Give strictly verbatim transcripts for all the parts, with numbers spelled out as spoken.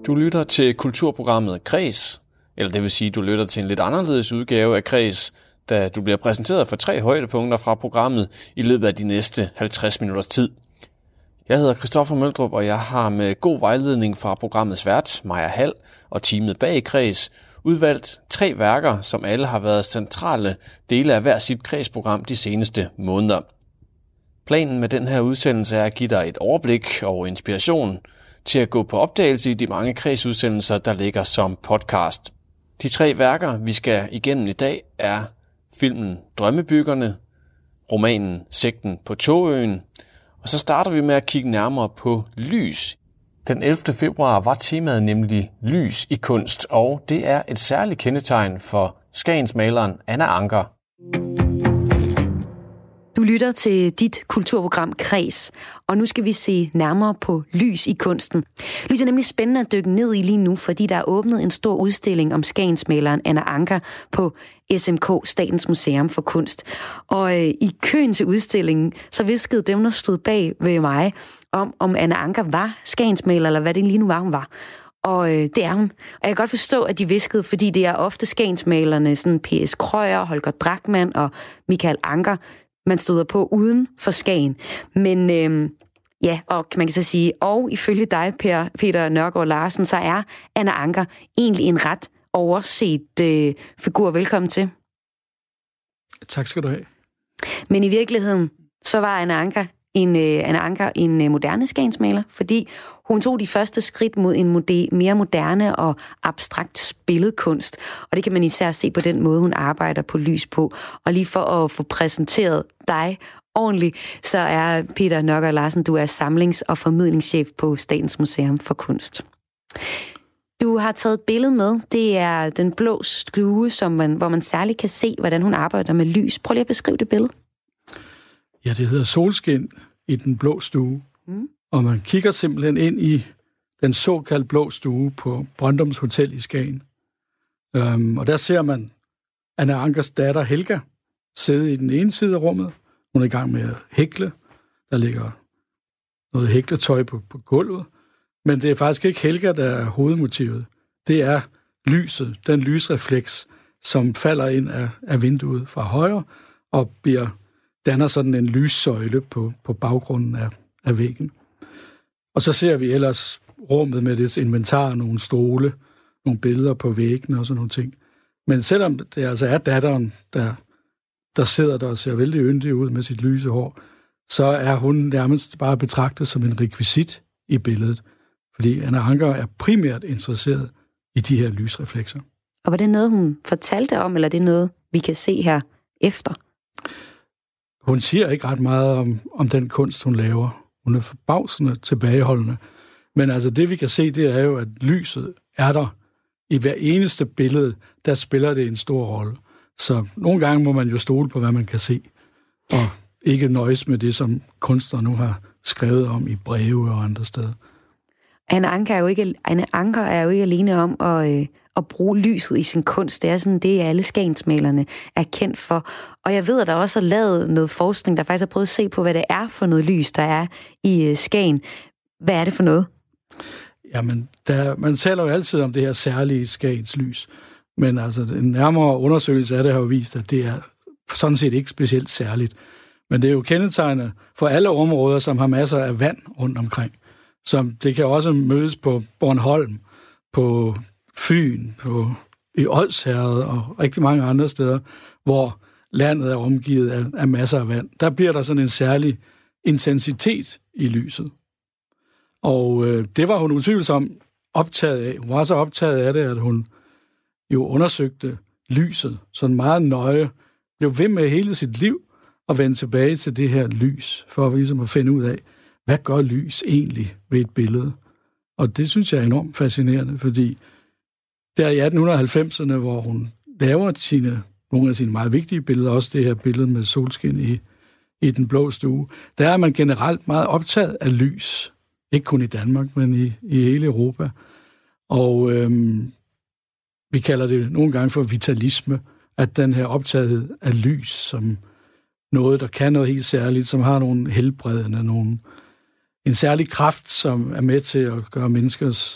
Du lytter til kulturprogrammet Kreds, eller det vil sige, du lytter til en lidt anderledes udgave af Kreds, da du bliver præsenteret for tre højdepunkter fra programmet i løbet af de næste halvtreds minutters tid. Jeg hedder Christoffer Møldrup, og jeg har med god vejledning fra programmets vært, Maja Hall, og teamet bag Kreds, udvalgt tre værker, som alle har været centrale dele af hver sit kredsprogram de seneste måneder. Planen med den her udsendelse er at give dig et overblik og inspiration til at gå på opdagelse i de mange kredsudsendelser, der ligger som podcast. De tre værker, vi skal igennem i dag, er filmen Drømmebyggerne, romanen Sekten på Togøen, og så starter vi med at kigge nærmere på lys. Den ellevte februar var temaet nemlig lys i kunst, og det er et særligt kendetegn for skagensmaleren Anna Ancher. Du lytter til dit kulturprogram Kreds, og nu skal vi se nærmere på lys i kunsten. Lys er nemlig spændende at dykke ned i lige nu, fordi der er åbnet en stor udstilling om skagensmaleren Anna Ancher på S M K, Statens Museum for Kunst. Og øh, i køen til udstillingen, så viskede dem, der stod bag ved mig, om om Anna Ancher var skagensmaler, eller hvad det lige nu var, hun var. Og øh, det er hun. Og jeg kan godt forstå, at de viskede, fordi det er ofte skagensmalerne, sådan P S Krøyer, Holger Drachmann og Michael Ancher, man støder på uden for Skagen. Men øh, ja, og man kan så sige, og ifølge dig, Per, Peter Nørgaard Larsen, så er Anna Ancher egentlig en ret overset øh, figur. Velkommen til. Tak skal du have. Men i virkeligheden, så var Anna Ancher en, øh, Anna Ancher en øh, moderne skagensmaler, fordi hun tog de første skridt mod en mode, mere moderne og abstrakt billedkunst. Og det kan man især se på den måde, hun arbejder på lys på. Og lige for at få præsenteret dig ordentligt, så er Peter Nørgaard Larsen, du er samlings- og formidlingschef på Statens Museum for Kunst. Du har taget et billede med. Det er den blå stue, som man, hvor man særligt kan se, hvordan hun arbejder med lys. Prøv lige at beskrive det billede. Ja, det hedder Solskin i den blå stue. Mm. Og man kigger simpelthen ind i den såkaldte blå stue på Brøndums Hotel i Skagen. Um, og der ser man Anna Anchers datter Helga sidde i den ene side af rummet. Hun er i gang med at hækle. Der ligger noget hækletøj på, på gulvet. Men det er faktisk ikke Helga, der er hovedmotivet. Det er lyset, den lysrefleks, som falder ind af, af vinduet fra højre og bliver, danner sådan en lyssøjle på, på baggrunden af, af væggen. Og så ser vi ellers rummet med dets inventar, nogle stole, nogle billeder på væggene og sådan nogle ting. Men selvom det altså er datteren, der, der sidder der og ser vældig yndig ud med sit lyse hår, så er hun nærmest bare betragtet som en rekvisit i billedet. Fordi Anna Ancher er primært interesseret i de her lysreflekser. Og var det noget, hun fortalte om, eller er det noget, vi kan se her efter? Hun siger ikke ret meget om, om den kunst, hun laver. Hun er forbavsende tilbageholdende. Men altså det, vi kan se, det er jo, at lyset er der. I hver eneste billede, der spiller det en stor rolle. Så nogle gange må man jo stole på, hvad man kan se. Og ikke nøjes med det, som kunstnere nu har skrevet om i breve og andre steder. Anna Ancher er jo ikke, Anna Ancher er jo ikke alene om at, øh, at bruge lyset i sin kunst. Det er sådan, det alle skagensmalerne er kendt for. Og jeg ved, at der også er lavet noget forskning, der faktisk har prøvet at se på, hvad det er for noget lys, der er i øh, Skagen. Hvad er det for noget? Jamen, der, man taler jo altid om det her særlige Skagens lys. Men altså, en nærmere undersøgelse af det har jo vist, at det er sådan set ikke specielt særligt. Men det er jo kendetegnet for alle områder, som har masser af vand rundt omkring. Som det kan også mødes på Bornholm, på Fyn, på, i Odsherred og rigtig mange andre steder, hvor landet er omgivet af, af masser af vand. Der bliver der sådan en særlig intensitet i lyset. Og øh, det var hun utvivlsomt optaget af. Hun var så optaget af det, at hun jo undersøgte lyset sådan meget nøje, blev ved med hele sit liv at vende tilbage til det her lys, for ligesom at finde ud af, hvad gør lys egentlig ved et billede? Og det synes jeg er enormt fascinerende, fordi der i atten halvfemserne, hvor hun laver sine, nogle af sine meget vigtige billeder, også det her billede med solskin i, i den blå stue, der er man generelt meget optaget af lys. Ikke kun i Danmark, men i, i hele Europa. Og øhm, vi kalder det nogle gange for vitalisme, at den her optagethed af lys, som noget, der kan noget helt særligt, som har nogle helbredende, nogle, en særlig kraft, som er med til at gøre menneskers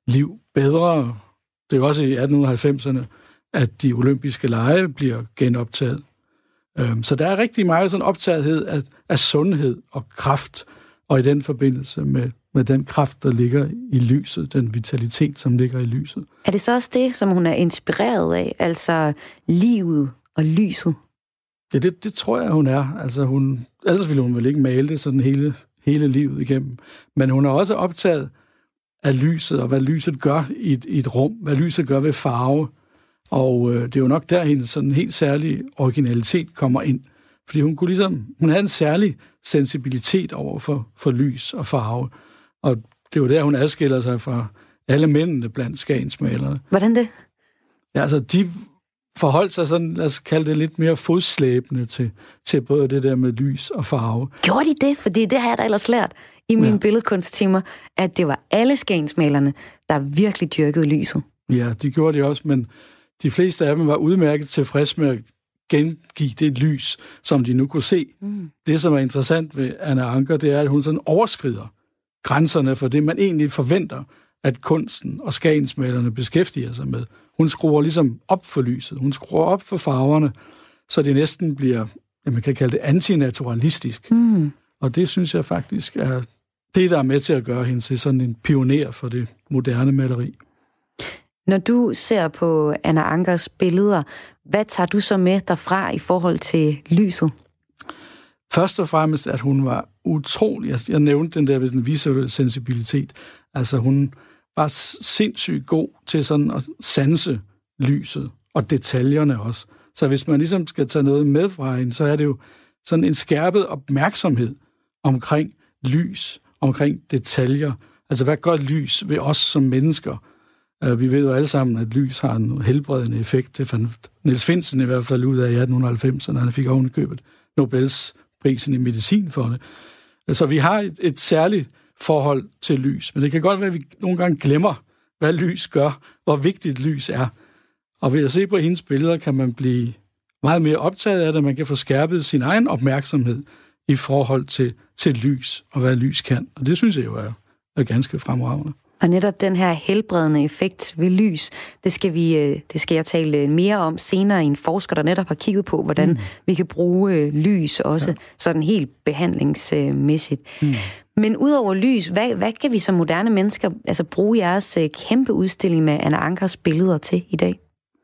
liv bedre. Det er jo også i atten halvfemserne, at de olympiske lege bliver genoptaget. Så der er rigtig meget sådan optagethed af, af sundhed og kraft, og i den forbindelse med, med den kraft, der ligger i lyset, den vitalitet, som ligger i lyset. Er det så også det, som hun er inspireret af, altså livet og lyset? Ja, det, det tror jeg, hun er. Altså hun, ellers ville hun vel ikke male det sådan hele, hele livet igennem. Men hun er også optaget af lyset, og hvad lyset gør i et, i et rum, hvad lyset gør ved farve. Og øh, det er jo nok der, hendes sådan helt særlig originalitet kommer ind. Fordi hun kunne ligesom, hun havde en særlig sensibilitet over for, for lys og farve. Og det er jo der, hun adskiller sig fra alle mændene blandt skagensmalerne. Hvordan det? Ja, altså de forholdt sig sådan, lad os kalde det lidt mere fodslæbende til, til både det der med lys og farve. Gjorde de det? Fordi det har jeg da ellers lært i mine ja. billedkunsttimer, at det var alle skagensmalerne, der virkelig dyrkede lyset. Ja, de gjorde det også, men de fleste af dem var udmærket tilfreds med at gengive det lys, som de nu kunne se. Mm. Det, som er interessant ved Anna Ancher, det er, at hun sådan overskrider grænserne for det, man egentlig forventer, at kunsten og skagensmalerne beskæftiger sig med. Hun skruer ligesom op for lyset. Hun skruer op for farverne, så det næsten bliver, ja, man kan kalde det antinaturalistisk. Mm. Og det synes jeg faktisk er det, der er med til at gøre hende til sådan en pioner for det moderne maleri. Når du ser på Anna Anchers billeder, hvad tager du så med derfra i forhold til lyset? Først og fremmest, at hun var utrolig, jeg, jeg nævnte den der ved den visuelle sensibilitet, altså hun var sindssygt god til sådan at sanse lyset, og detaljerne også. Så hvis man ligesom skal tage noget med fra hende, så er det jo sådan en skærpet opmærksomhed omkring lys, omkring detaljer. Altså hvad gør lys ved os som mennesker? Vi ved jo alle sammen, at lys har en helbredende effekt. Det fandt Niels Finsen i hvert fald ud af i atten halvfems, når han fik oven i købet Nobels prisen i medicin for det. Så vi har et, et særligt forhold til lys. Men det kan godt være, at vi nogle gange glemmer, hvad lys gør, hvor vigtigt lys er. Og ved at se på hendes billeder, kan man blive meget mere optaget af det. Man kan få skærpet sin egen opmærksomhed i forhold til, til lys, og hvad lys kan. Og det synes jeg jo er, er ganske fremragende. Og netop den her helbredende effekt ved lys, det skal, vi, det skal jeg tale mere om senere i en forsker, der netop har kigget på, hvordan mm. vi kan bruge lys også, ja. sådan helt behandlingsmæssigt. Mm. Men udover lys, hvad, hvad kan vi som moderne mennesker altså bruge jeres kæmpe udstilling med Anna Anchers billeder til i dag?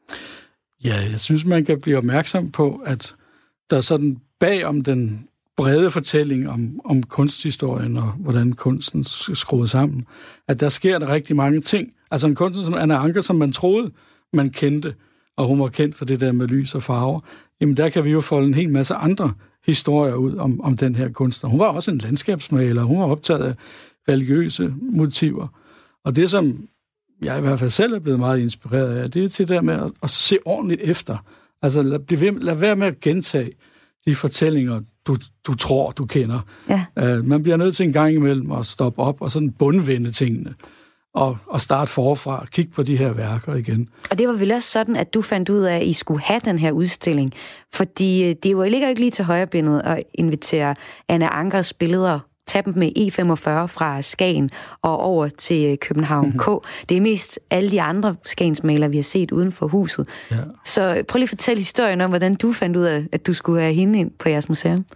Ja, jeg synes, man kan blive opmærksom på, at der sådan bag om den brede fortælling om, om kunsthistorien og hvordan kunsten skruede sammen, at der sker der rigtig mange ting. Altså en kunstner som Anna Ancher, som man troede, man kendte, og hun var kendt for det der med lys og farver, jamen der kan vi jo folde en hel masse andre historier ud om, om den her kunstner. Hun var også en landskabsmaler, hun var optaget af religiøse motiver. Og det, som jeg i hvert fald selv er blevet meget inspireret af, det er til det der med at, at se ordentligt efter. Altså lad, lad, lad være med at gentage de fortællinger, du, du tror, du kender. Ja. Uh, man bliver nødt til en gang imellem at stoppe op og sådan bundvende tingene. Og, og starte forfra og kigge på de her værker igen. Og det var vel også sådan, at du fandt ud af, at I skulle have den her udstilling. Fordi det var ligger ikke lige til højrebindet at invitere Anna Anchers billeder, tage dem med E femogfyrre fra Skagen og over til København mm-hmm. K. Det er mest alle de andre skagensmalere, vi har set uden for huset. Ja. Så prøv lige at fortælle historien om, hvordan du fandt ud af, at du skulle have hende ind på jeres museum.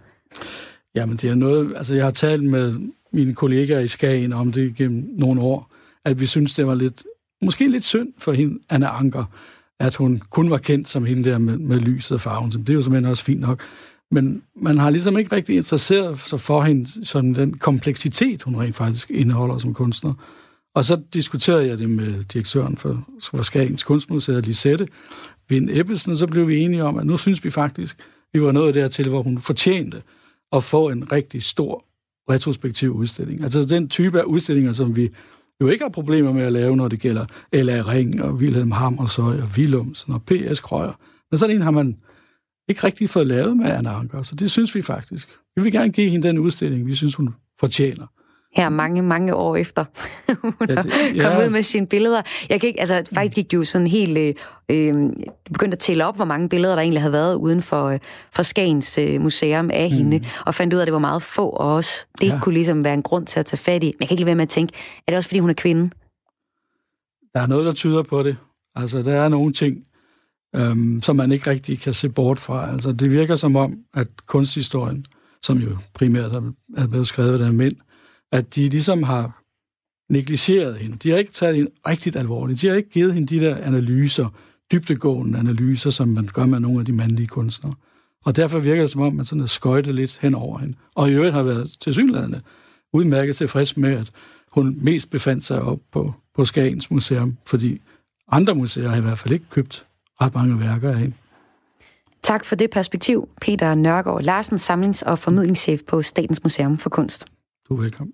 Jamen det er noget, altså jeg har talt med mine kollegaer i Skagen om det gennem nogle år, at vi synes, det var lidt, måske lidt synd for hende, Anna Ancher, at hun kun var kendt som hende der med, med lyset og farven. Det er jo simpelthen også fint nok. Men man har ligesom ikke rigtig interesseret sig for hende, sådan den kompleksitet, hun rent faktisk indeholder som kunstner. Og så diskuterede jeg det med direktøren for, for Skagens Kunstmuseet, Lisette Vind Ebbesen, og så blev vi enige om, at nu synes vi faktisk, vi var nået dertil, hvor hun fortjente at få en rigtig stor retrospektiv udstilling. Altså den type af udstillinger, som vi jo ikke har problemer med at lave, når det gælder L A Ring og Wilhelm Hammershøi og Willumsen og P S Krøyer. Men sådan en har man ikke rigtig fået lavet med Anna Ancher, så det synes vi faktisk. Vi vil gerne give hende den udstilling, vi synes, hun fortjener. Her mange, mange år efter, hun ja, det, ja. kom ud med sine billeder. Jeg kan ikke, altså faktisk gik jo sådan helt, øh, øh, begyndte at tælle op, hvor mange billeder, der egentlig havde været uden for, øh, for Skagens øh, museum af mm. hende, og fandt ud af, at det var meget få, og også det ja. kunne ligesom være en grund til at tage fat i. Men jeg kan ikke lade være med at tænke, er det også, fordi hun er kvinde? Der er noget, der tyder på det. Altså, der er nogle ting, øhm, som man ikke rigtig kan se bort fra. Altså, det virker som om, at kunsthistorien, som jo primært er blevet skrevet af mænd, at de ligesom har negligeret hende. De har ikke taget hende rigtigt alvorligt. De har ikke givet hende de der analyser, dybdegående analyser, som man gør med nogle af de mandlige kunstnere. Og derfor virker det som om, man sådan har skøjtet lidt hen over hende. Og i øvrigt har været tilsyneladende udmærket tilfreds med, at hun mest befandt sig op på, på Skagens Museum, fordi andre museer har i hvert fald ikke købt ret mange værker af hende. Tak for det perspektiv, Peter Nørgaard Larsen, samlings- og formidlingschef på Statens Museum for Kunst. Du er velkommen.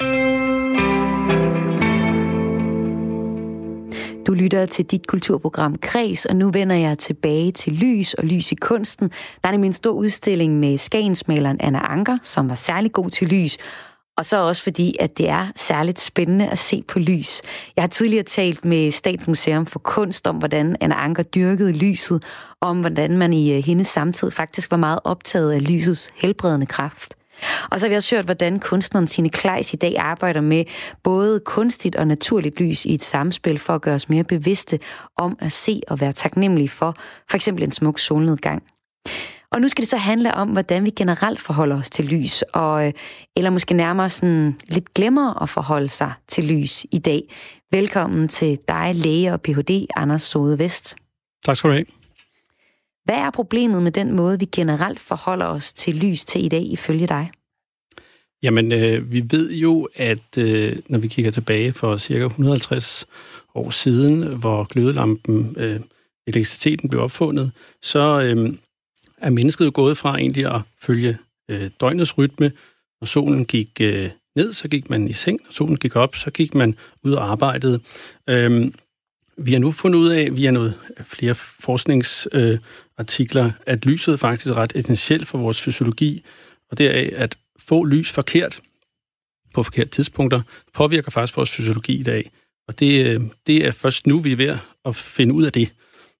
Du lytter til dit kulturprogram Kreds, og nu vender jeg tilbage til lys og lys i kunsten. Der er nemlig en stor udstilling med skagensmaleren Anna Ancher, som var særlig god til lys, og så også fordi, at det er særligt spændende at se på lys. Jeg har tidligere talt med Statens Museum for Kunst om, hvordan Anna Ancher dyrkede lyset, og om hvordan man i hendes samtid faktisk var meget optaget af lysets helbredende kraft. Og så har vi også hørt, hvordan kunstneren Signe Kleis i dag arbejder med både kunstigt og naturligt lys i et samspil for at gøre os mere bevidste om at se og være taknemmelige for for eksempel en smuk solnedgang. Og nu skal det så handle om, hvordan vi generelt forholder os til lys, og, eller måske nærmere sådan lidt glemmer at forholde sig til lys i dag. Velkommen til dig, læge og P H D, Anders Sode Vest. Tak skal du have. Hvad er problemet med den måde, vi generelt forholder os til lys til i dag, ifølge dig? Jamen, øh, vi ved jo, at øh, når vi kigger tilbage for cirka et hundrede og halvtreds år siden, hvor glødelampen, øh, elektriciteten blev opfundet, så øh, er mennesket jo gået fra egentlig at følge øh, døgnets rytme. Når solen gik øh, ned, så gik man i seng. Når solen gik op, så gik man ud og arbejdede. Øh, Vi har nu fundet ud af, via noget flere forskningsartikler, øh, at lyset faktisk er ret essentielt for vores fysiologi, og deraf at få lys forkert på forkerte tidspunkter påvirker faktisk vores fysiologi i dag. Og det, øh, det er først nu, vi er ved at finde ud af det.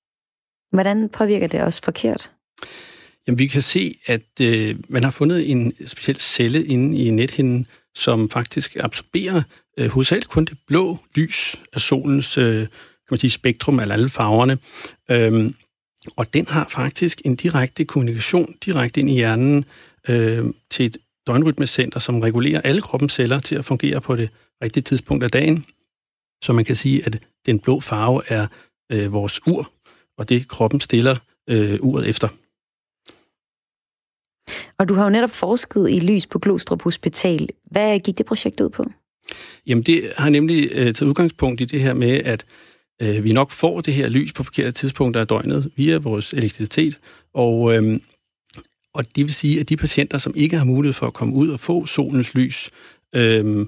Hvordan påvirker det os forkert? Jamen, vi kan se, at øh, man har fundet en speciel celle inde i nethinden, som faktisk absorberer øh, hovedsageligt kun det blå lys af solens øh, kan man sige, spektrum af alle farverne. Øhm, og den har faktisk en direkte kommunikation direkte ind i hjernen øh, til et døgnrytmecenter, som regulerer alle kroppens celler til at fungere på det rigtige tidspunkt af dagen. Så man kan sige, at den blå farve er øh, vores ur, og det kroppen stiller øh, uret efter. Og du har jo netop forsket i lys på Glostrup Hospital. Hvad gik det projekt ud på? Jamen, det har nemlig øh, taget udgangspunkt i det her med, at øh, vi nok får det her lys på forkerte tidspunkter af døgnet via vores elektricitet. Og, øh, og det vil sige, at de patienter, som ikke har mulighed for at komme ud og få solens lys, øh,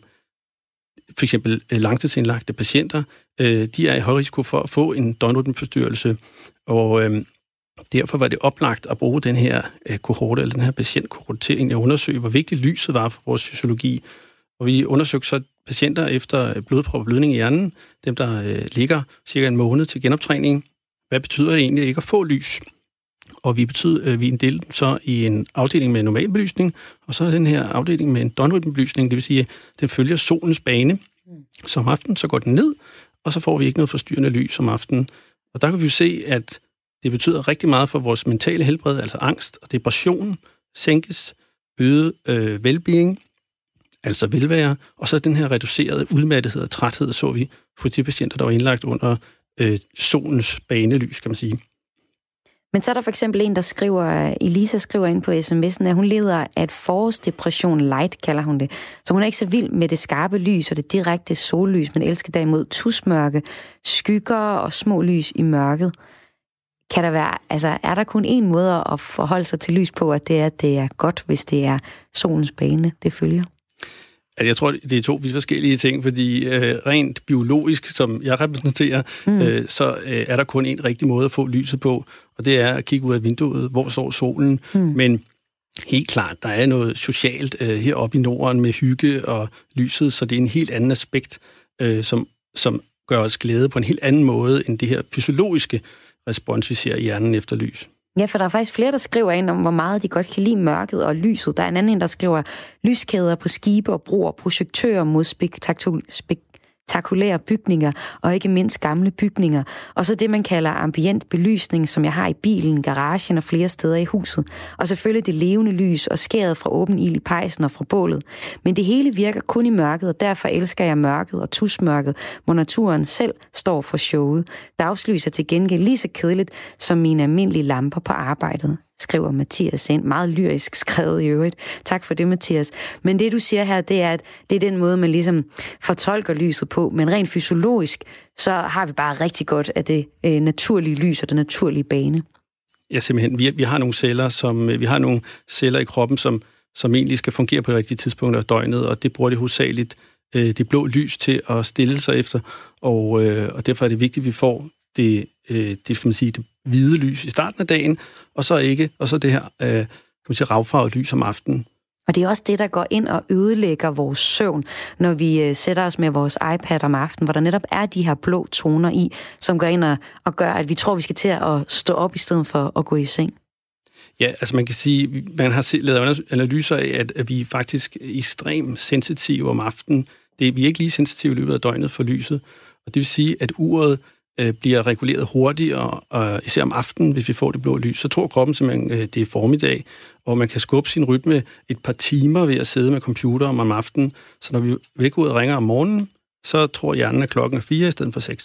for eksempel langtidsindlagte patienter, øh, de er i høj risiko for at få en døgnrytmeforstyrrelse. Og øh, derfor var det oplagt at bruge den her øh, kohorte, eller den her patientkohorte til at undersøge, hvor vigtigt lyset var for vores fysiologi. Og vi undersøgte så patienter efter blodprop og blødning i hjernen, dem der øh, ligger cirka en måned til genoptræning. Hvad betyder det egentlig ikke at få lys? Og vi betyder, øh, vi inddelte dem så i en afdeling med normal belysning, og så den her afdeling med en døgnrytmebelysning, det vil sige, at den følger solens bane. Så om aftenen så går den ned, og så får vi ikke noget forstyrrende lys om aftenen. Og der kan vi jo se, at det betyder rigtig meget for vores mentale helbred, altså angst og depression, sænkes, øget øh, well-being, altså velvære, og så den her reducerede udmattethed og træthed, så vi på de patienter, der var indlagt under øh, solens banelys, kan man sige. Men så er der for eksempel en, der skriver, Elisa skriver ind på sms'en, at hun lider af et forårsdepression light, kalder hun det. Så hun er ikke så vild med det skarpe lys og det direkte sollys, men elsker derimod tusmørke, skygger og små lys i mørket. Kan der være, altså, er der kun én måde at forholde sig til lys på, at det er, at det er godt, hvis det er solens bane, det følger? Jeg tror, det er to vidt forskellige ting, fordi øh, rent biologisk, som jeg repræsenterer, mm. øh, så øh, er der kun en rigtig måde at få lyset på, og det er at kigge ud af vinduet, hvor står solen. Mm. Men helt klart, der er noget socialt øh, heroppe i Norden med hygge og lyset, så det er en helt anden aspekt, øh, som, som gør os glæde på en helt anden måde, end det her fysiologiske respons, vi ser i hjernen efter lys. Ja, for der er faktisk flere, der skriver ind om, hvor meget de godt kan lide mørket og lyset. Der er en anden, der skriver lyskæder på skibe og broer, projektører mod spektakul- spektakulære bygninger, og ikke mindst gamle bygninger. Og så det, man kalder ambient belysning, som jeg har i bilen, garagen og flere steder i huset. Og selvfølgelig det levende lys og skæret fra åben ild i pejsen og fra bålet. Men det hele virker kun i mørket, og derfor elsker jeg mørket og tusmørket, hvor naturen selv står for showet. Dagslys er til gengæld lige så kedeligt som mine almindelige lamper på arbejdet, skriver Mathias ind. Meget lyrisk skrevet i øvrigt. Tak for det, Mathias. Men det, du siger her, det er, at det er den måde, man ligesom fortolker lyset på. Men rent fysiologisk, så har vi bare rigtig godt af det øh, naturlige lys og den naturlige bane. Ja, simpelthen. Vi, vi har nogle celler, som vi har nogle celler i kroppen, som, som egentlig skal fungere på det rigtige tidspunkt af døgnet, og det bruger det hovedsageligt øh, det blå lys til at stille sig efter. Og, øh, og derfor er det vigtigt, at vi får det, øh, det, skal man sige, det hvide lys i starten af dagen, og så ikke, og så det her øh, kan man sige, ravfarvet lys om aftenen. Og det er også det, der går ind og ødelægger vores søvn, når vi øh, sætter os med vores iPad om aftenen, hvor der netop er de her blå toner i, som går ind og, og gør, at vi tror, vi skal til at stå op i stedet for at gå i seng. Ja, altså man kan sige, man har lavet analyser af, at, at vi er faktisk ekstremt sensitive om aftenen. Det, vi er ikke lige sensitive i løbet af døgnet for lyset, og det vil sige, at uret bliver reguleret hurtigere, og især om aftenen, hvis vi får det blå lys, så tror kroppen simpelthen, det er formiddag, og man kan skubbe sin rytme et par timer ved at sidde med computeren om aftenen, så når vi vækkeuret ringer om morgenen, så tror hjernen, at klokken er fire i stedet for seks.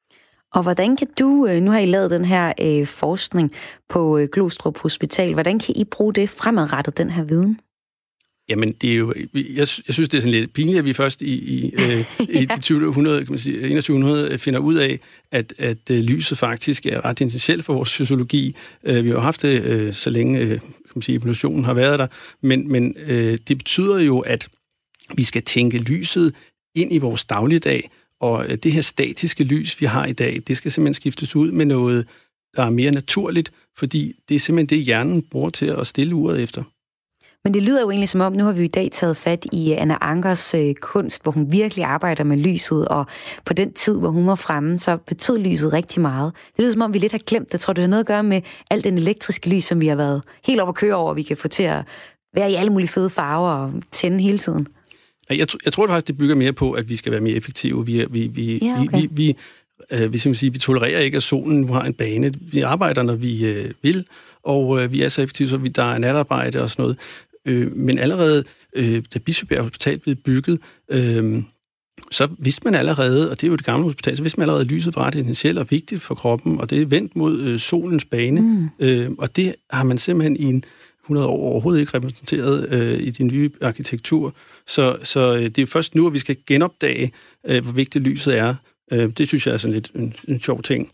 Og hvordan kan du, nu har I lavet den her øh, forskning på øh, Glostrup Hospital, hvordan kan I bruge det fremadrettet, den her viden? Jamen, det er jo, jeg, jeg synes, det er sådan lidt pinligt, at vi først i, i, øh, ja. i de tyve hundrede, kan man sige, enogtyve hundrede finder ud af, at, at øh, lyset faktisk er ret essentielt for vores fysiologi. Øh, vi har jo haft det, øh, så længe øh, kan man sige, evolutionen har været der, men, men øh, det betyder jo, at vi skal tænke lyset ind i vores dagligdag, og øh, det her statiske lys, vi har i dag, det skal simpelthen skiftes ud med noget, der er mere naturligt, fordi det er simpelthen det, hjernen bruger til at stille uret efter. Men det lyder jo egentlig som om, nu har vi jo i dag taget fat i Anna Ankers øh, kunst, hvor hun virkelig arbejder med lyset, og på den tid, hvor hun var fremme, så betød lyset rigtig meget. Det lyder som om, vi lidt har glemt det. Tror du, det har noget at gøre med alt den elektriske lys, som vi har været helt op at køre over, vi kan få til at være i alle mulige fede farver og tænde hele tiden? Jeg, jeg tror faktisk, det bygger mere på, at vi skal være mere effektive. Vi, vi, vi, ja, okay. vi, vi, vi, øh, vi, sige, vi tolererer ikke, at solen nu har en bane. Vi arbejder, når vi øh, vil, og øh, vi er så effektive, så vi, der er natarbejde og sådan noget. Øh, men allerede, øh, da Bispebjerg Hospital blev bygget, øh, så vidste man allerede, og det er jo det gamle hospital, så vidste man allerede, at lyset var ret essentielt og vigtigt for kroppen, og det er vendt mod øh, solens bane. Mm. Øh, og det har man simpelthen i en hundrede år overhovedet ikke repræsenteret øh, i de nye arkitektur. Så, så øh, det er først nu, at vi skal genopdage, øh, hvor vigtigt lyset er. Øh, det synes jeg er sådan lidt en, en sjov ting.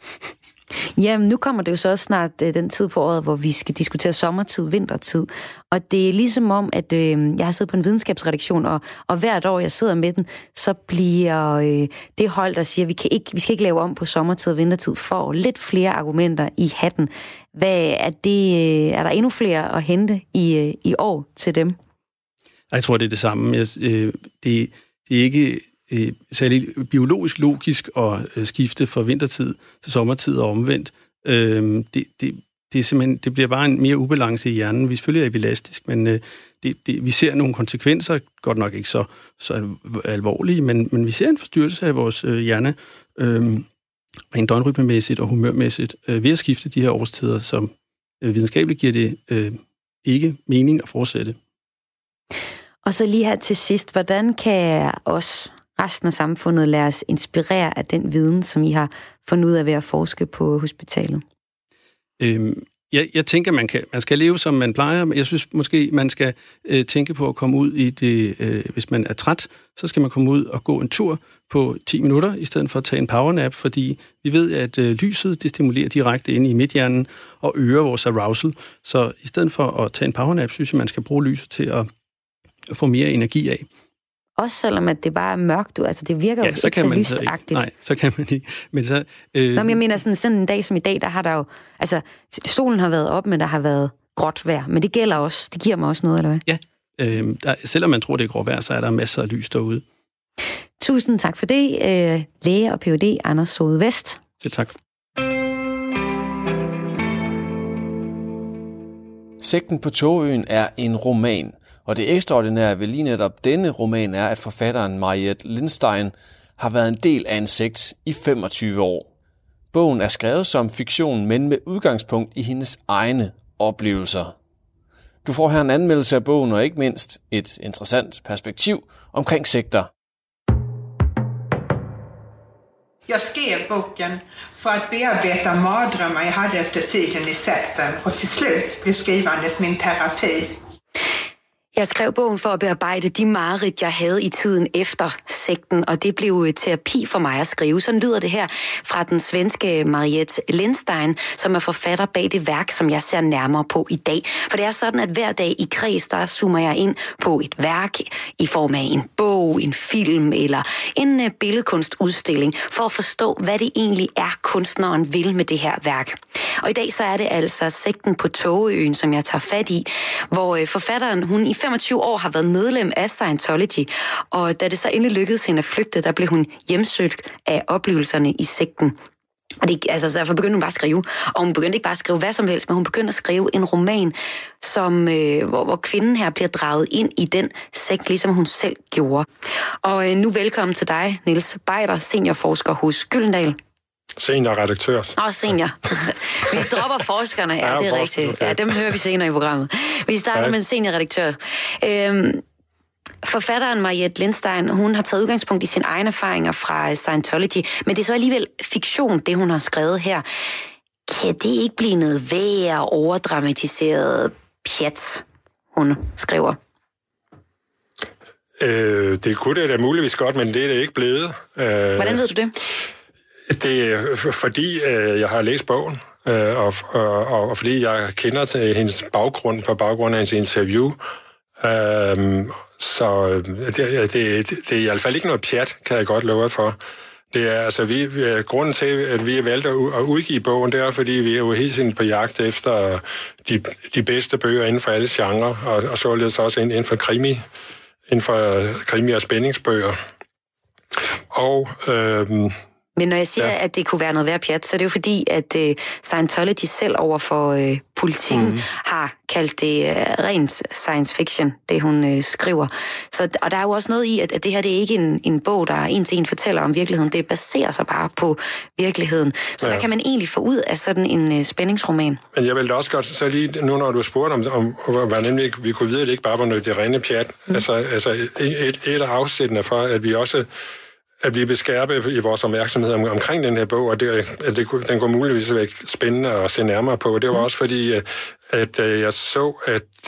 Ja, nu kommer det jo så også snart øh, den tid på året, hvor vi skal diskutere sommertid, vintertid. Og det er ligesom om, at øh, jeg har siddet på en videnskabsredaktion, og, og hvert år, jeg sidder med den, så bliver øh, det hold, der siger, at vi, kan ikke, vi skal ikke lave om på sommertid og vintertid, for lidt flere argumenter i hatten. Hvad er det? Øh, er der endnu flere at hente i, øh, i år til dem? Jeg tror, det er det samme. Jeg, øh, det, det er ikke øh, særlig biologisk logisk at øh, skifte fra vintertid til sommertid og omvendt. Øh, det, det, det, er simpelthen, det bliver bare en mere ubalance i hjernen. Vi selvfølgelig er vi elastisk, men øh, det, det, vi ser nogle konsekvenser, godt nok ikke så, så alvorlige, men, men vi ser en forstyrrelse af vores øh, hjerne, øh, rent døgnrytmemæssigt og humørmæssigt, øh, ved at skifte de her årstider, som øh, videnskabeligt giver det øh, ikke mening at fortsætte. Og så lige her til sidst, hvordan kan os, resten af samfundet, lade os inspirere af den viden, som I har fundet ud af ved at forske på hospitalet? Øhm, jeg, jeg tænker, man kan, man skal leve, som man plejer. Jeg synes måske, man skal øh, tænke på at komme ud i det, øh, hvis man er træt, så skal man komme ud og gå en tur på ti minutter, i stedet for at tage en powernap, fordi vi ved, at øh, lyset, det stimulerer direkte ind i midthjernen og øger vores arousal. Så i stedet for at tage en powernap, synes jeg, man skal bruge lyset til at få mere energi af. Også selvom at det bare er mørkt, altså det virker ja, jo så ikke kan så man lystagtigt. Nej, så kan man ikke. Men så, øh... Nå, men jeg mener sådan, sådan en dag som i dag, der har der jo, altså solen har været op, men der har været gråt vejr, men det gælder også, det giver mig også noget, eller hvad? Ja, øh, der, selvom man tror, det er gråt vejr, så er der masser af lys derude. Tusind tak for det, øh, læge og P H D Anders Sode Vest. Selv tak. Sekten på Tågeøen er en roman, og det ekstraordinære ved lige netop denne roman er, at forfatteren Mariette Lindstein har været en del af en sekt i femogtyve år. Bogen er skrevet som fiktion, men med udgangspunkt i hendes egne oplevelser. Du får her en anmeldelse af bogen og ikke mindst et interessant perspektiv omkring sekter. Jag skrev boken för att bearbeta mardrömmar jag hade efter tiden i sekten och till slut blev skrivandet min terapi. Jeg skrev bogen for at bearbejde de mareridt, jeg havde i tiden efter sekten, og det blev terapi for mig at skrive. Sådan lyder det her fra den svenske Mariette Lindstein, som er forfatter bag det værk, som jeg ser nærmere på i dag. For det er sådan, at hver dag i Kreds, der zoomer jeg ind på et værk i form af en bog, en film eller en billedkunstudstilling, for at forstå, hvad det egentlig er, kunstneren vil med det her værk. Og i dag så er det altså sekten på Tågeøen, som jeg tager fat i, hvor forfatteren, hun i femogtyve år har været medlem af Scientology, og da det så endelig lykkedes hende at flygte, der blev hun hjemsøgt af oplevelserne i sekten. Og det, altså, derfor begyndte hun bare at skrive, og hun begyndte ikke bare at skrive hvad som helst, men hun begyndte at skrive en roman, som, øh, hvor, hvor kvinden her bliver draget ind i den sekt, ligesom hun selv gjorde. Og øh, nu velkommen til dig, Niels Beider, seniorforsker hos Gyldendal. Seniorredaktør. Åh, senior. Vi dropper forskerne, ja, ja det er forsker, rigtigt. Okay. Ja, dem hører vi senere i programmet. Vi starter ja. med en seniorredaktør. Øhm, forfatteren Mariette Lindstein, hun har taget udgangspunkt i sine egne erfaringer fra Scientology, men det er så alligevel fiktion, det hun har skrevet her. Kan det ikke blive noget værre overdramatiseret pjat, hun skriver? Øh, det kunne det da muligvis godt, men det er det ikke blevet. Øh, Hvordan ved du det? Det er fordi, øh, jeg har læst bogen, øh, og, og, og fordi jeg kender til hendes baggrund på baggrund af hendes interview. Øh, så det, det, det, det er i hvert fald ikke noget pjat, kan jeg godt love for. Det er altså vi, grunden til, at vi har valgt at udgive bogen, det er, fordi vi er jo hele tiden på jagt efter de, de bedste bøger inden for alle genrer, og, og således også inden for krimi, inden for krimi og spændingsbøger. Og øh, Men når jeg siger, ja. at det kunne være noget værd pjat, så er det jo fordi, at uh, Scientology selv over for uh, politikken mm. har kaldt det uh, rent science fiction, det hun uh, skriver. Så, og der er jo også noget i, at, at det her det er ikke en, en bog, der en til en fortæller om virkeligheden. Det baserer sig bare på virkeligheden. Så ja. hvad kan man egentlig få ud af sådan en uh, spændingsroman? Men jeg vil da også godt, så lige nu når du spurgte om, om, om hvad nemlig vi kunne vide, at det ikke bare var noget det rene pjat. Mm. Altså, altså et, et af afsættene for, at vi også at vi beskærpe i vores opmærksomhed om, omkring den her bog, og det, at det, den kunne muligvis være spændende at se nærmere på. Det var også fordi, at, at jeg så, at,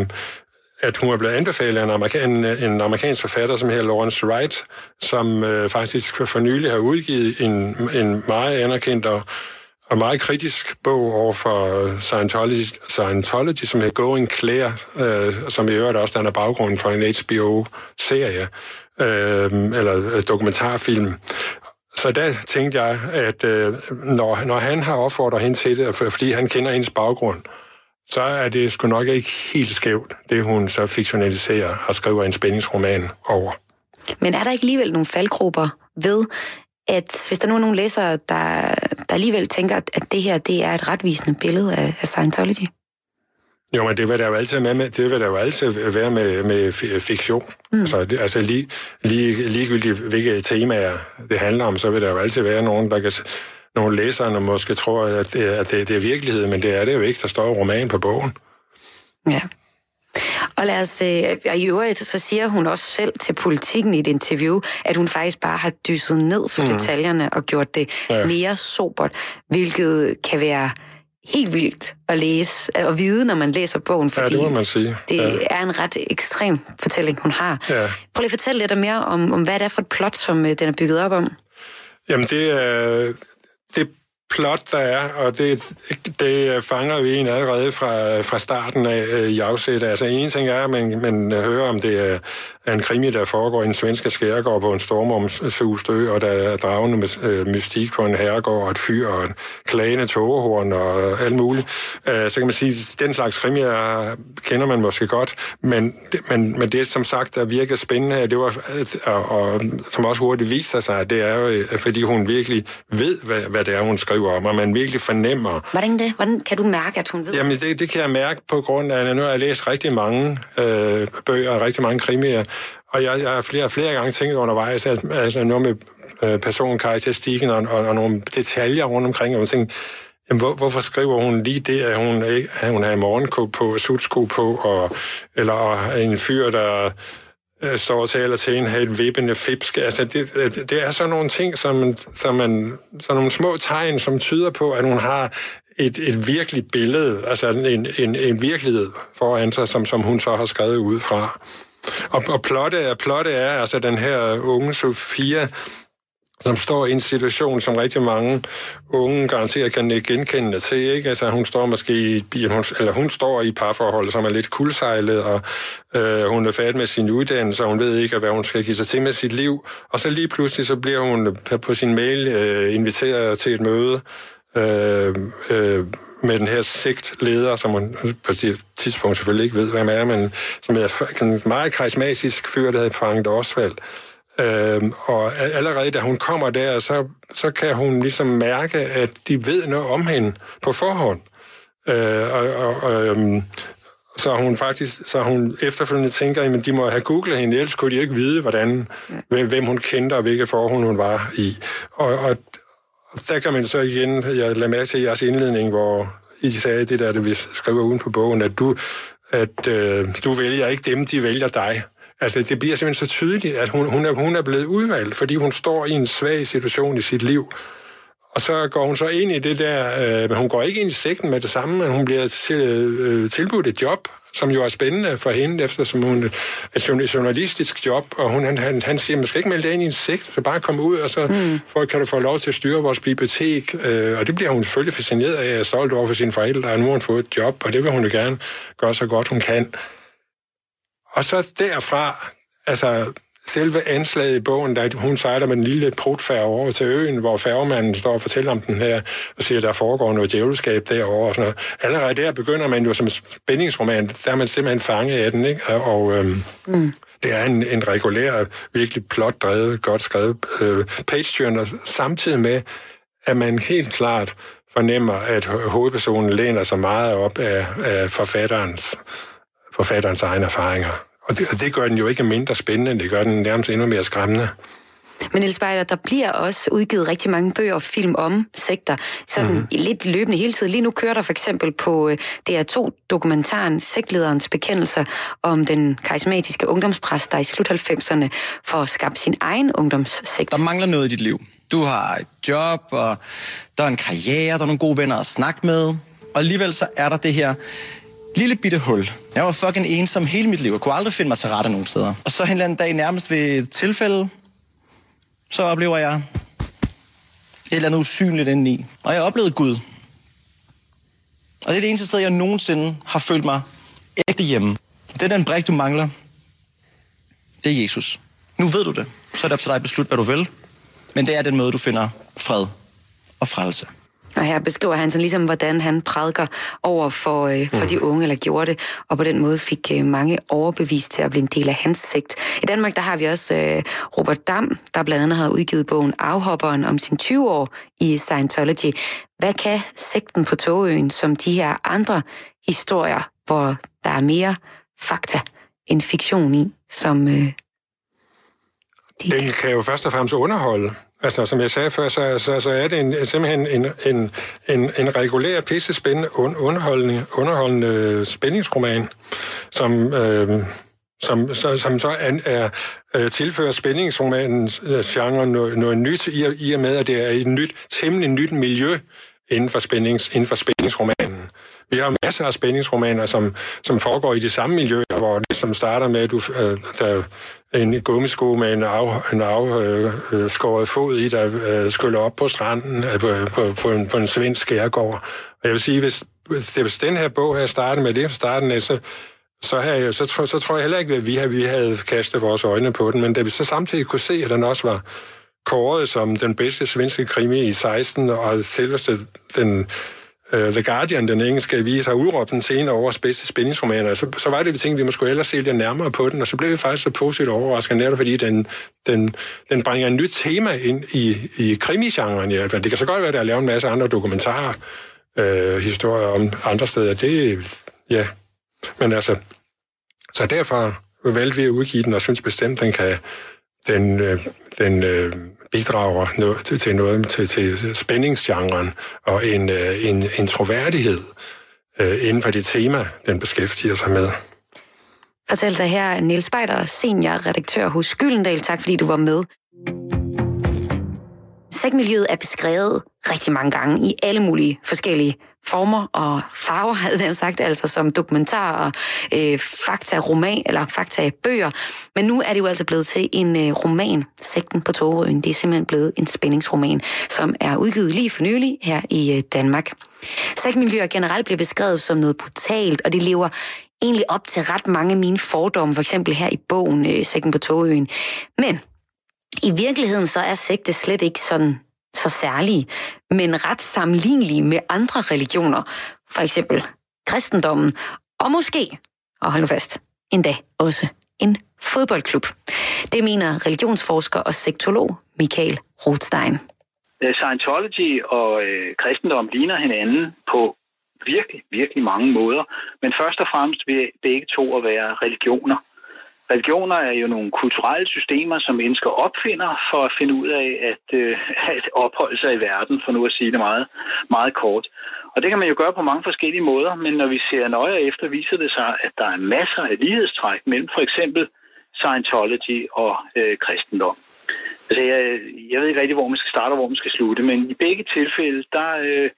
at hun er blevet anbefalet af en, amerikan, en amerikansk forfatter, som hedder Lawrence Wright, som øh, faktisk for nylig har udgivet en, en meget anerkendt og, og meget kritisk bog over for Scientology, Scientology som hedder Going Clear, øh, som i øvrigt også danner baggrunden for en H B O-serie. Øh, eller dokumentarfilm. Så der tænkte jeg, at øh, når, når han har opfordret hende til det, fordi han kender hendes baggrund, så er det sgu nok ikke helt skævt, det hun så fiktionaliserer og skriver en spændingsroman over. Men er der ikke alligevel nogle faldgrupper ved, at hvis der nu er nogle læsere, der, der alligevel tænker, at det her det er et retvisende billede af, af Scientology? Jo, men det vil der jo altid, med, det vil der jo altid være med, med fiktion. Mm. Altså, det, altså lige, lige, ligegyldigt hvilke temaer det handler om, så vil der jo altid være nogen, der kan, nogle læsere, der måske tror, at det, at det, det er virkelighed, men det er det jo ikke. Der står roman på bogen. Ja. Og lad os, og i øvrigt, så siger hun også selv til Politikken i et interview, at hun faktisk bare har dysset ned for mm. detaljerne og gjort det ja. mere sobert, hvilket kan være helt vildt at læse og vide, når man læser bogen, fordi ja, det må man sige. det ja. er en ret ekstrem fortælling, hun har. Ja. Prøv lige at fortælle lidt mere om, om, hvad det er for et plot, som den er bygget op om. Jamen, det er det plot, der er, og det, det fanger vi en allerede fra, fra starten af i afsættet. Altså, en ting er, at man, man hører om det er en krimi, der foregår i en svenske skærgård på en stormomsustet ø, og der er dragende med, mystik på en herregård og et fyr og en klagende tågehorn og alt muligt. Så kan man sige, at den slags krimier kender man måske godt, men, men, men det, som sagt, der virker spændende her, det var, og, og som også hurtigt viser sig, det er jo, fordi hun virkelig ved, hvad, hvad det er, hun skriver om, og man virkelig fornemmer. Hvordan det? Hvordan kan du mærke, at hun ved? Jamen, det, det kan jeg mærke på grund af, at nu har jeg læst rigtig mange øh, bøger og rigtig mange krimier, og jeg, jeg har flere, flere gange tænkt undervejs, at, altså noget med øh, personkarakteristikken og, og, og nogle detaljer rundt omkring, og man tænker, jamen, hvor, hvorfor skriver hun lige det, at hun, at hun har morgenko på, sutsko på, og, eller en fyr, der øh, står og taler til en, har et vippende fipske. Altså, det, det er sådan nogle ting, som, som man, sådan nogle små tegn, som tyder på, at hun har et, et virkeligt billede, altså en, en, en virkelighed foran sig, som, som hun så har skrevet ud fra. Og, og plottet, plottet er altså den her unge Sofia, som står i en situation, som rigtig mange unge garanteret kan ikke genkende til, ikke? Altså, hun står måske i, eller hun står i et parforhold, som er lidt kuldsejlet, og øh, hun er færdig med sin uddannelse, og hun ved ikke, hvad hun skal give sig til med sit liv. Og så lige pludselig, så bliver hun på sin mail øh, inviteret til et møde øh, øh, med den her sektleder, som hun på det tidspunkt selvfølgelig ikke ved, hvem er, men som er en meget karismatisk fyr, der hedder Frank Osvald. Øhm, og allerede da hun kommer der, så, så kan hun ligesom mærke, at de ved noget om hende på forhånd. Øh, og, og, øhm, så hun faktisk, så hun efterfølgende tænker, at de må have googlet hende, ellers kunne de ikke vide, hvordan, hvem, hvem hun kendte og hvilke forhold hun var i. Og, og der kan man så igen, jeg lader mærke til jeres indledning, hvor I sagde det der, det vi skriver uden på bogen, at du, at, øh, du vælger ikke dem, de vælger dig. Altså, det bliver simpelthen så tydeligt, at hun, hun, er, hun er blevet udvalgt, fordi hun står i en svag situation i sit liv. Og så går hun så ind i det der, øh, men hun går ikke ind i sekten med det samme, men hun bliver til, øh, tilbudt et job, som jo er spændende for hende, eftersom hun er et journalistisk job, og hun, han, han siger, man skal ikke melde dig ind i en sekt, så bare komme ud, og så mm. for, kan du få lov til at styre vores bibliotek. Øh, og det bliver hun selvfølgelig fascineret af, og stolt over for sine forældre, og nu har hun fået et job, og det vil hun jo gerne gøre så godt hun kan. Og så derfra, altså selve anslaget i bogen, der hun sejler med en lille prutfærge over til øen, hvor færgemanden står og fortæller om den her, og siger, at der foregår noget djævelskab derovre og sådan noget. Allerede der begynder man jo som spændingsroman, der er man simpelthen fanget af den, ikke? Og øhm, mm. det er en, en regulær, virkelig plot drevet, godt skrevet øh, page-turner, samtidig med, at man helt klart fornemmer, at hovedpersonen læner sig meget op af, af forfatterens forfatterens egne erfaringer. Og det, og det gør den jo ikke mindre spændende, det gør den nærmest endnu mere skræmmende. Men Niels Beider, der bliver også udgivet rigtig mange bøger og film om sekter, sådan mm-hmm. lidt løbende hele tiden. Lige nu kører der for eksempel på D R to dokumentaren Sektlederens bekendelser om den karismatiske ungdomspræst, der i slut halvfemserne får skabt sin egen ungdomssekt. Der mangler noget i dit liv. Du har et job, og der er en karriere, der er nogle gode venner at snakke med, og alligevel så er der det her lille bitte hul. Jeg var fucking ensom hele mit liv, og kunne aldrig finde mig til rette nogen steder. Og så en eller anden dag, nærmest ved et tilfælde, så oplever jeg et eller andet usynligt indeni. Og jeg oplevede Gud. Og det er det eneste sted, jeg nogensinde har følt mig ægte hjemme. Det er den brik, du mangler. Det er Jesus. Nu ved du det. Så er det op til dig at beslutte, hvad du vil. Men det er den måde, du finder fred og frelse. Og her beskriver han så ligesom, hvordan han prædiker over for, øh, for de unge, eller gjorde det, og på den måde fik øh, mange overbevist til at blive en del af hans sekt. I Danmark, der har vi også øh, Robert Dam, der blandt andet har udgivet bogen Afhopperen om sin tyve år i Scientology. Hvad kan sekten på Tågeøen, som de her andre historier, hvor der er mere fakta end fiktion i, som... Øh, de Den kan jo først og fremmest underholde. Altså, som jeg sagde før, så, så, så er det en, simpelthen en, en, en, en regulær, pissespændende, underholdende, underholdende spændingsroman, som, øh, som, så, som så er, er, er tilfører spændingsromanens genre noget, noget nyt, i, i og med, at det er et nyt, temmelig nyt miljø inden for, spændings, inden for spændingsromanen. Vi har masser af spændingsromaner, som, som foregår i de samme miljøer, hvor det som starter med, at du, øh, der en gummisko med en, af, en afskåret øh, fod i, der øh, skyller op på stranden øh, på, på, på, en, på en svensk skærgård. Og jeg vil sige, hvis, hvis den her bog havde startet med det fra starten af, så, så, havde, så, så, så tror jeg heller ikke, at vi havde, vi havde kastet vores øjne på den, men da vi så samtidig kunne se, at den også var kåret som den bedste svenske krimi i seksten, og selveste den Uh, The Guardian, den engelske avis, har udråbt den senere års bedste spændingsromaner. Så, så var det, vi tænkte, vi måske ellers se lidt nærmere på den, og så blev vi faktisk så positivt overrasket, netop fordi den, den, den bringer en nyt tema ind i, i krimigenren i hvert fald. Det kan så godt være, at der er lavet en masse andre dokumentarer, uh, historier om andre steder. Det, ja. Men altså, så derfor valgte vi at udgive den, og synes bestemt, den kan den, øh, den øh, bidrager noget, til, til noget til, til spændingsgenren og en, øh, en, en troværdighed øh, inden for det tema, den beskæftiger sig med. Fortæl dig her, Niels Beider, seniorredaktør hos Gyldendal. Tak fordi du var med. Sektmiljøet er beskrevet rigtig mange gange i alle mulige forskellige former og farver, havde jeg sagt, altså som dokumentar og øh, fakta-roman, eller fakta-bøger. Men nu er det jo altså blevet til en øh, roman, Sekten på Tågeøen. Det er simpelthen blevet en spændingsroman, som er udgivet lige for nylig her i øh, Danmark. Sektmiljøer generelt bliver beskrevet som noget brutalt, og det lever egentlig op til ret mange af mine fordomme, for eksempel her i bogen øh, Sekten på Tågeøen. Men i virkeligheden så er sekte slet ikke sådan så særlige, men ret sammenlignelige med andre religioner, for eksempel kristendommen, og måske, og hold nu fast, endda også en fodboldklub. Det mener religionsforsker og sektolog Michael Rothstein. Scientology og øh, kristendom ligner hinanden på virkelig, virkelig mange måder, men først og fremmest vil begge to at være religioner. Religioner er jo nogle kulturelle systemer, som mennesker opfinder for at finde ud af at, øh, at opholde sig i verden, for nu at sige det meget, meget kort. Og det kan man jo gøre på mange forskellige måder, men når vi ser nøje efter, viser det sig, at der er masser af lighedstræk mellem for eksempel Scientology og øh, kristendom. Altså, jeg, jeg ved ikke rigtig, hvor man skal starte og hvor man skal slutte, men i begge tilfælde, der, øh,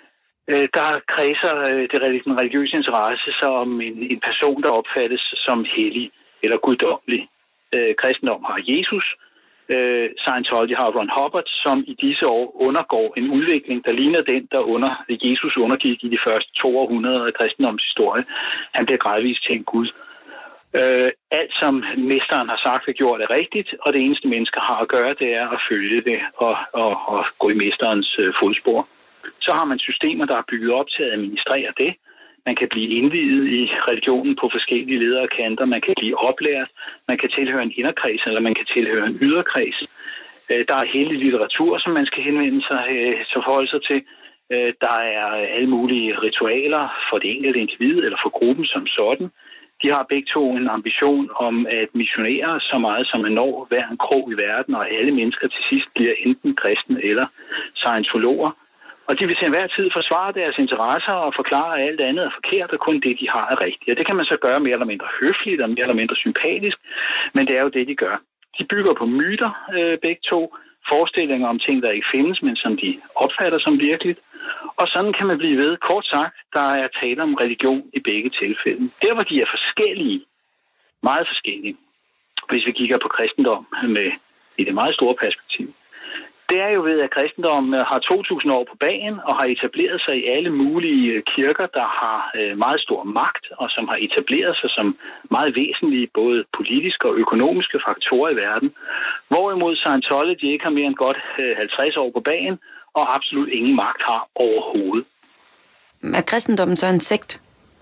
der kredser øh, det, den religiøse interesse så om en, en person, der opfattes som hellig eller guddommelig. Øh, kristendom har Jesus, øh, Scientology har Ron Hubbard, som i disse år undergår en udvikling, der ligner den, der under Jesus undergik i de første to århundreder af kristendoms historie. Han bliver gradvist til en gud. Øh, alt, som mesteren har sagt og gjort, er rigtigt, og det eneste mennesker har at gøre, det er at følge det og, og, og gå i mesterens øh, fodspor. Så har man systemer, der er bygget op til at administrere det. Man kan blive indviet i religionen på forskellige ledere og kanter. Man kan blive oplært. Man kan tilhøre en inderkreds, eller man kan tilhøre en yderkreds. Der er hele litteratur, som man skal henvende sig til forholde sig til. Der er alle mulige ritualer for det enkelte individ eller for gruppen som sådan. De har begge to en ambition om at missionere så meget, som man når hver en krog i verden, og alle mennesker til sidst bliver enten kristne eller scientologer. Og de vil til enhver tid forsvare deres interesser og forklare, at alt andet er forkert, og kun det, de har, er rigtigt. Og det kan man så gøre mere eller mindre høfligt og mere eller mindre sympatisk, men det er jo det, de gør. De bygger på myter, øh, begge to, forestillinger om ting, der ikke findes, men som de opfatter som virkeligt. Og sådan kan man blive ved. Kort sagt, der er tale om religion i begge tilfælde. Der, hvor de er forskellige, meget forskellige, hvis vi kigger på kristendom med i det meget store perspektiv, det er jo ved, at kristendommen har to tusind år på bagen og har etableret sig i alle mulige kirker, der har meget stor magt og som har etableret sig som meget væsentlige både politiske og økonomiske faktorer i verden. Hvorimod Scientology ikke har mere end godt halvtreds år på bagen og absolut ingen magt har overhovedet. Er kristendommen så en sekt?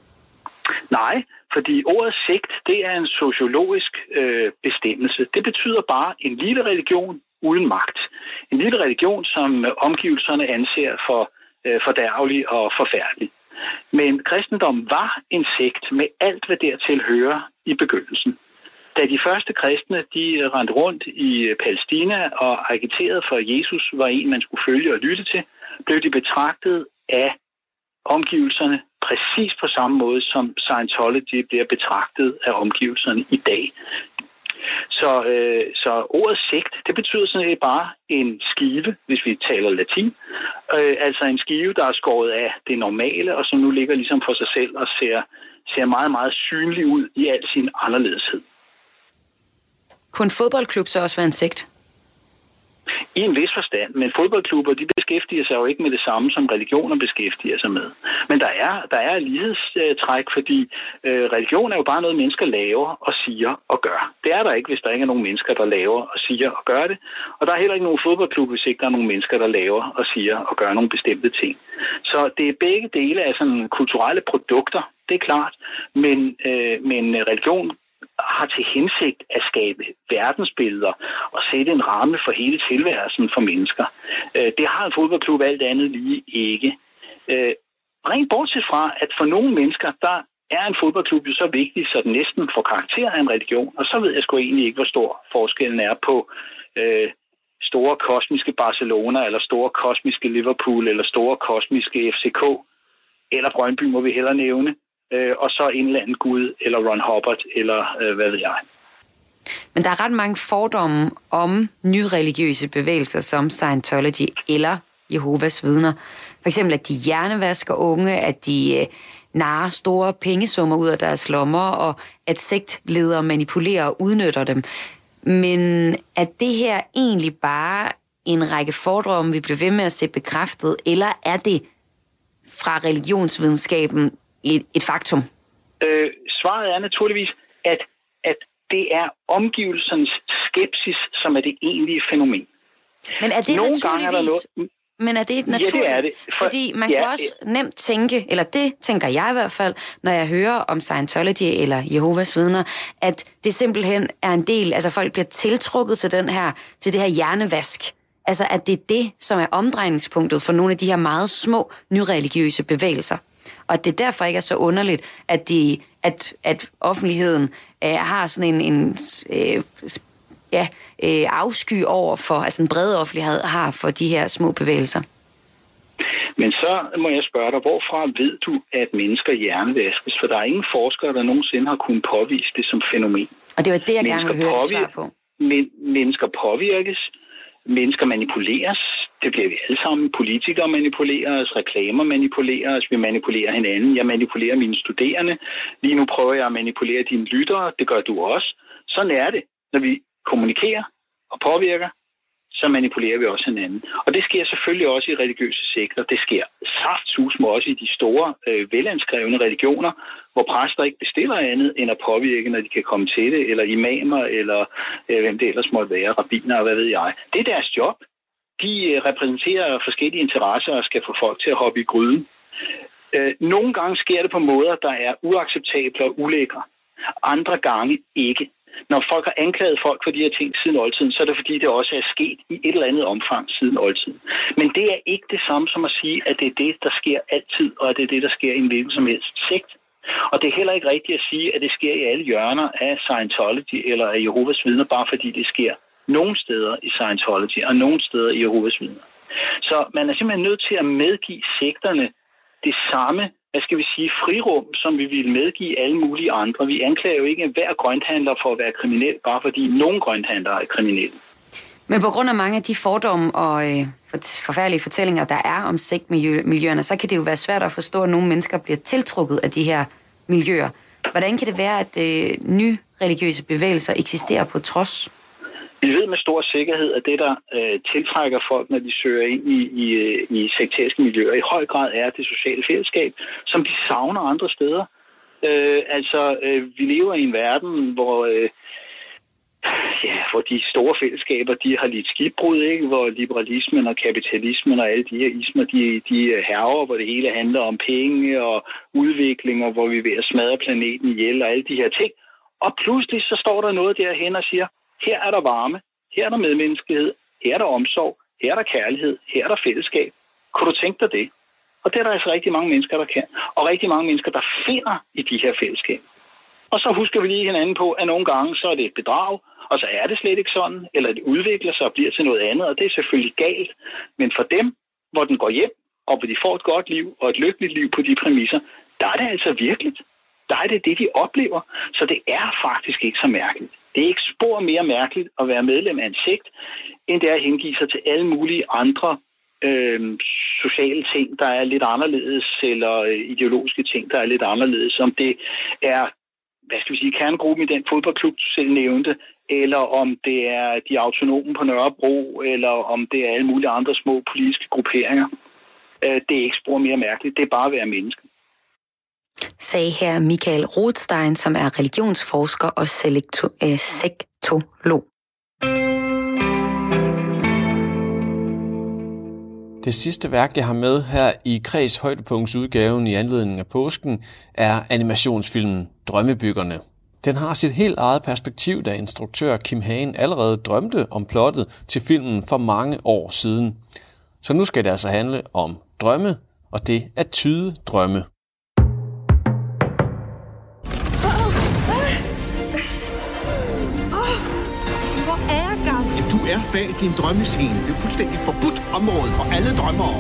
Nej, fordi ordet sekt, det er en sociologisk øh, bestemmelse. Det betyder bare en lille religion uden magt. En lille religion, som omgivelserne anser for øh, fordærvelig og forfærdelig. Men kristendom var en sekt med alt, hvad dertil hører i begyndelsen. Da de første kristne, de rendte rundt i Palæstina og agiterede for, at Jesus var en, man skulle følge og lytte til, blev de betragtet af omgivelserne præcis på samme måde, som Scientology bliver betragtet af omgivelserne i dag. Så, øh, så ordet sekt, det betyder sådan set bare en skive, hvis vi taler latin. Øh, altså en skive, der er skåret af det normale, og som nu ligger ligesom for sig selv og ser, ser meget, meget synlig ud i al sin anderledeshed. Kunne fodboldklub så også være en sekt? I en vis forstand, men fodboldklubber, de beskæftiger sig jo ikke med det samme, som religioner beskæftiger sig med. Men der er, der er lighedstræk, fordi øh, religion er jo bare noget, mennesker laver og siger og gør. Det er der ikke, hvis der ikke er nogen mennesker, der laver og siger og gør det. Og der er heller ikke nogen fodboldklub, hvis ikke der er nogen mennesker, der laver og siger og gør nogle bestemte ting. Så det er begge dele af sådan kulturelle produkter, det er klart. Men, øh, men religion har til hensigt at skabe verdensbilleder og sætte en ramme for hele tilværelsen for mennesker. Det har en fodboldklub alt andet lige ikke. Rent bortset fra, at for nogle mennesker, der er en fodboldklub jo så vigtig, så den næsten får karakter af en religion, og så ved jeg sgu egentlig ikke, hvor stor forskellen er på øh, store kosmiske Barcelona, eller store kosmiske Liverpool, eller store kosmiske F C K, eller Brøndby må vi hellere nævne, øh, og så en eller anden gud, eller Ron Hubbard, eller øh, hvad ved jeg. Men der er ret mange fordomme om nyreligiøse bevægelser som Scientology eller Jehovas vidner. For eksempel, at de hjernevasker unge, at de øh, narrer store pengesummer ud af deres lommer, og at sektledere manipulerer og udnytter dem. Men er det her egentlig bare en række fordomme, vi bliver ved med at se bekræftet, eller er det fra religionsvidenskaben et, et faktum? Øh, svaret er naturligvis, at, at det er omgivelsernes skepsis, som er det egentlige fænomen. Men er det Nogle naturligvis... Er Men er det naturligt? Ja, det er det. For, Fordi man ja, kan også nemt tænke, eller det tænker jeg i hvert fald, når jeg hører om Scientology eller Jehovas vidner, at det simpelthen er en del, altså folk bliver tiltrukket til, den her, til det her hjernevask. Altså at det er det, som er omdrejningspunktet for nogle af de her meget små nyreligiøse bevægelser. Og at det derfor ikke er så underligt, at, de, at, at offentligheden øh, har sådan en... en øh, ja, øh, afsky over for, altså en bred offentlighed har for de her små bevægelser. Men så må jeg spørge dig, hvorfra ved du, at mennesker hjernevaskes? For der er ingen forskere, der nogensinde har kunnet påvise det som fænomen. Og det var det, jeg mennesker gerne ville høre påvirke, et svar på. Men, mennesker påvirkes, mennesker manipuleres, det bliver vi alle sammen. Politikere manipuleres, reklamer manipuleres, vi manipulerer hinanden. Jeg manipulerer mine studerende. Lige nu prøver jeg at manipulere dine lyttere, det gør du også. Sådan er det, når vi kommunikerer og påvirker, så manipulerer vi også hinanden. Og det sker selvfølgelig også i religiøse sekter. Det sker saftsusme også i de store, øh, velanskrevne religioner, hvor præster ikke bestiller andet end at påvirke, når de kan komme til det, eller imamer, eller øh, hvem det ellers måtte være, rabbiner og hvad ved jeg. Det er deres job. De øh, repræsenterer forskellige interesser og skal få folk til at hoppe i gryden. Øh, nogle gange sker det på måder, der er uacceptable og ulækre. Andre gange ikke. Når folk har anklaget folk for de her ting siden oldtiden, så er det fordi, det også er sket i et eller andet omfang siden oldtiden. Men det er ikke det samme som at sige, at det er det, der sker altid, og at det er det, der sker i en hvilken som helst sekt. Og det er heller ikke rigtigt at sige, at det sker i alle hjørner af Scientology eller af Jehovas vidner, bare fordi det sker nogle steder i Scientology og nogle steder i Jehovas vidner. Så man er simpelthen nødt til at medgive sekterne det samme, hvad skal vi sige, frirum, som vi vil medgive alle mulige andre. Vi anklager jo ikke hver grønthandler for at være kriminel, bare fordi nogle grønthandlere er kriminelle. Men på grund af mange af de fordomme og øh, forfærdelige fortællinger, der er om sektmiljøerne, så kan det jo være svært at forstå, at nogle mennesker bliver tiltrukket af de her miljøer. Hvordan kan det være, at øh, nye religiøse bevægelser eksisterer på trods? Vi ved med stor sikkerhed, at det, der øh, tiltrækker folk, når de søger ind i, i, i sekteriske miljøer, i høj grad er det sociale fællesskab, som de savner andre steder. Øh, altså, øh, vi lever i en verden, hvor, øh, ja, hvor de store fællesskaber, de har lidt skibbrud, ikke? Hvor liberalismen og kapitalismen og alle de her ismer, de, de hærger, hvor det hele handler om penge og udvikling, og hvor vi er ved at smadre planeten ihjel og alle de her ting. Og pludselig så står der noget derhen og siger, her er der varme, her er der medmenneskelighed, her er der omsorg, her er der kærlighed, her er der fællesskab. Kunne du tænke dig det? Og det er der altså rigtig mange mennesker, der kan. Og rigtig mange mennesker, der finder i de her fællesskaber. Og så husker vi lige hinanden på, at nogle gange så er det et bedrag, og så er det slet ikke sådan, eller det udvikler sig og bliver til noget andet, og det er selvfølgelig galt. Men for dem, hvor den går hjem, og hvor de får et godt liv og et lykkeligt liv på de præmisser, der er det altså virkeligt. Der er det det, de oplever. Så det er faktisk ikke så mærkeligt. Det er ikke spor mere mærkeligt at være medlem af en sekt, end det er at hengive sig til alle mulige andre øh, sociale ting, der er lidt anderledes, eller øh, ideologiske ting, der er lidt anderledes. Om det er, hvad skal vi sige, kernegruppen i den fodboldklub, du selv nævnte, eller om det er de autonome på Nørrebro, eller om det er alle mulige andre små politiske grupperinger. Øh, det er ikke spor mere mærkeligt. Det er bare at være menneske. Sagde her Michael Rothstein, som er religionsforsker og selekto- øh, sektolog. Det sidste værk, jeg har med her i Kreds højdepunktsudgaven i anledning af påsken, er animationsfilmen Drømmebyggerne. Den har sit helt eget perspektiv, da instruktør Kim Hagen allerede drømte om plottet til filmen for mange år siden. Så nu skal det altså handle om drømme, og det at tyde drømme. er bag din drømmescene. Det er fuldstændig forbudt område for alle drømmere.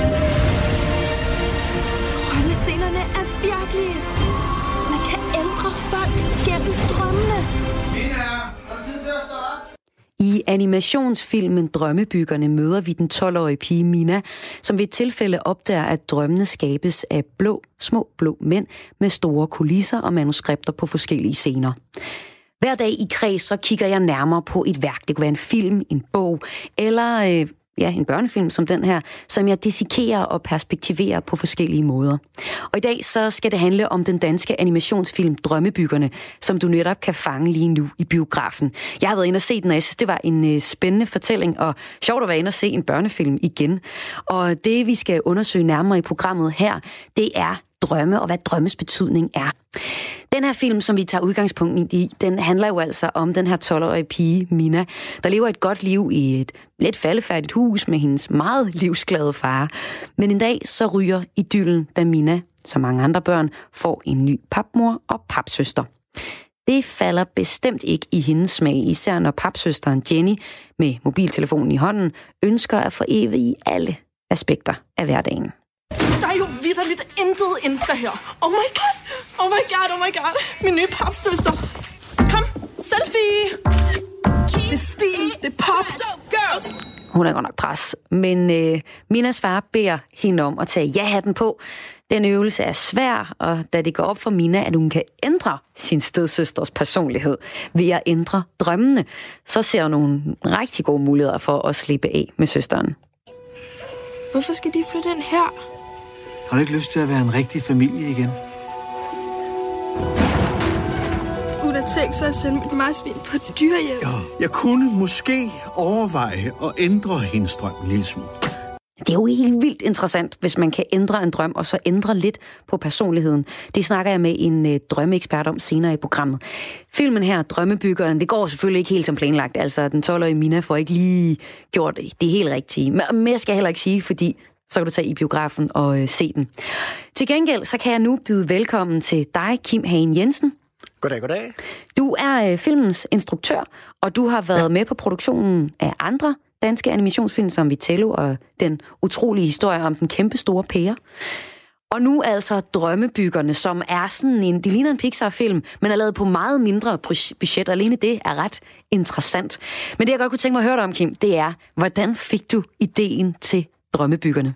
Drømmescenerne er virkelige. Man kan ændre folk gennem drømmene. Mina, er det tid til at stå op? I animationsfilmen Drømmebyggerne møder vi den tolv-årige pige Mina, som ved et tilfælde opdager, at drømmene skabes af blå, små blå mænd med store kulisser og manuskripter på forskellige scener. Hver dag i Kreds, så kigger jeg nærmere på et værk. Det kunne være en film, en bog eller øh, ja, en børnefilm som den her, som jeg dissekerer og perspektiverer på forskellige måder. Og i dag så skal det handle om den danske animationsfilm Drømmebyggerne, som du netop kan fange lige nu i biografen. Jeg har været inde og set den, og jeg synes, det var en øh, spændende fortælling, og sjovt at være inde og se en børnefilm igen. Og det, vi skal undersøge nærmere i programmet her, det er drømme og hvad drømmes betydning er. Den her film, som vi tager udgangspunkt i, den handler jo altså om den her tolv-årige pige, Mina, der lever et godt liv i et lidt faldefærdigt hus med hendes meget livsglade far. Men en dag så ryger idyllen, da Mina, som mange andre børn, får en ny papmor og papsøster. Det falder bestemt ikke i hendes smag, især når papsøsteren Jenny med mobiltelefonen i hånden ønsker at forevige alle aspekter af hverdagen. Der er jo vitterligt intet Insta her. Oh my god, oh my god, oh my god. Min nye papsøster. Kom, selfie. Det er stil, det er pop. Hun er godt nok pres, men øh, Minas far beder hende om at tage ja-hatten på. Den øvelse er svær, og da det går op for Mina, at hun kan ændre sin stedsøsters personlighed ved at ændre drømmene, så ser hun nogle rigtig gode muligheder for at slippe af med søsteren. Hvorfor skal de flytte ind her? Har du ikke lyst til at være en rigtig familie igen? Hun har tænkt sig at sende mit marsvin på dyrehjem. Ja, jeg kunne måske overveje at ændre hendes drøm en lille smule. Det er jo helt vildt interessant, hvis man kan ændre en drøm, og så ændre lidt på personligheden. Det snakker jeg med en øh, drømmeekspert om senere i programmet. Filmen her, Drømmebyggeren, det går selvfølgelig ikke helt som planlagt. Altså, den tolv-årige Mina får ikke lige gjort det helt rigtige. Men mere skal jeg heller ikke sige, fordi så kan du tage i biografen og øh, se den. Til gengæld, så kan jeg nu byde velkommen til dig, Kim Hagen Jensen. Goddag, goddag. Du er øh, filmens instruktør, og du har været ja. med på produktionen af andre danske animationsfilm som Vitello og den utrolige historie om den kæmpe store pære. Og nu altså Drømmebyggerne, som er sådan en, det ligner en Pixar-film, men er lavet på meget mindre budget. Alene det er ret interessant. Men det, jeg godt kunne tænke mig at høre dig om, Kim, det er, hvordan fik du ideen til Drømmebyggerne?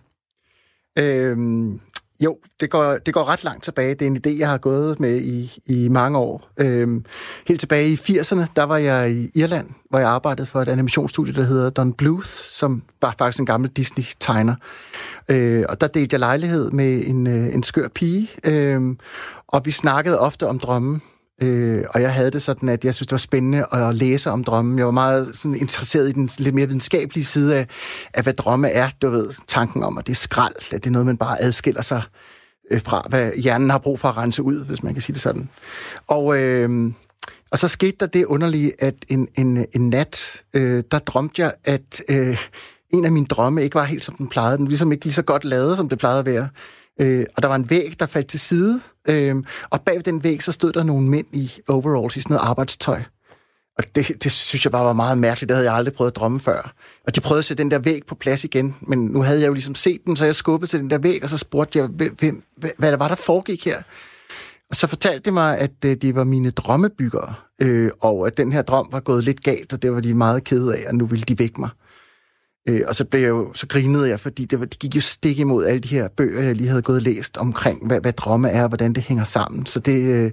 Øhm, jo, det går, det går ret langt tilbage. Det er en idé, jeg har gået med i, i mange år. Øhm, helt tilbage i firserne, der var jeg i Irland, hvor jeg arbejdede for et animationsstudie, der hedder Don Bluth, som var faktisk en gammel Disney-tegner. Øh, og der delte jeg lejlighed med en, en skør pige, øh, og vi snakkede ofte om drømme. Øh, og jeg havde det sådan, at jeg synes, det var spændende at læse om drømme. Jeg var meget sådan interesseret i den lidt mere videnskabelige side af, af, hvad drømme er. Du ved, tanken om, at det er skrald, at det er noget, man bare adskiller sig øh, fra, hvad hjernen har brug for at rense ud, hvis man kan sige det sådan. Og, øh, og så skete der det underlige, at en, en, en nat, øh, der drømte jeg, at øh, en af mine drømme ikke var helt, som den plejede. Den ligesom ikke lige så godt lavet, som det plejede at være. Øh, og der var en væg, der faldt til side, øh, og bag den væg, så stod der nogle mænd i overalls, i sådan noget arbejdstøj. Og det, det synes jeg bare var meget mærkeligt, det havde jeg aldrig prøvet at drømme før. Og de prøvede at sætte den der væg på plads igen, men nu havde jeg jo ligesom set dem, så jeg skubbede til den der væg, og så spurgte jeg, hvem, hvad der var, der foregik her. Og så fortalte de mig, at øh, de var mine drømmebyggere, øh, og at den her drøm var gået lidt galt, og det var de meget kede af, og nu ville de vække mig. Øh, og så blev jeg jo, så grinede jeg, fordi det, var, det gik jo stik imod alle de her bøger, jeg lige havde gået og læst omkring, hvad, hvad drømme er, og hvordan det hænger sammen. Så det, øh,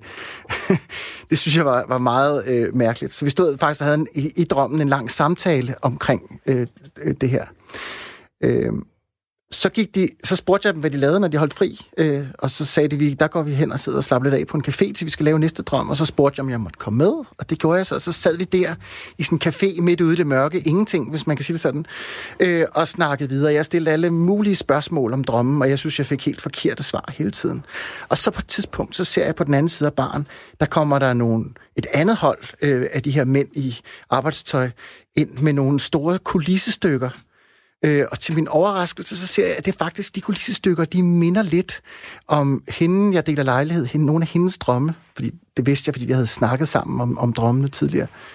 det synes jeg var, var meget øh, mærkeligt. Så vi stod faktisk og havde en, i, i drømmen en lang samtale omkring øh, det her. Øh, Så, gik de, så spurgte jeg dem, hvad de lavede, når de holdt fri. Øh, og så sagde de, der går vi hen og sidder og slapper lidt af på en café, til vi skal lave næste drøm. Og så spurgte jeg, om jeg måtte komme med. Og det gjorde jeg så. Og så sad vi der i sådan en café midt ude i det mørke. Ingenting, hvis man kan sige det sådan. Øh, og snakkede videre. Jeg stillede alle mulige spørgsmål om drømmen, og jeg synes, jeg fik helt forkerte svar hele tiden. Og så på et tidspunkt, så ser jeg på den anden side af baren, der kommer der nogle, et andet hold øh, af de her mænd i arbejdstøj ind med nogle store kulissestykker. Øh, og til min overraskelse, så ser jeg, at det faktisk, de kulissestykker, de minder lidt om hende, jeg deler lejlighed, hende, nogle af hendes drømme, fordi det vidste jeg, fordi vi havde snakket sammen om, om drømmene tidligere.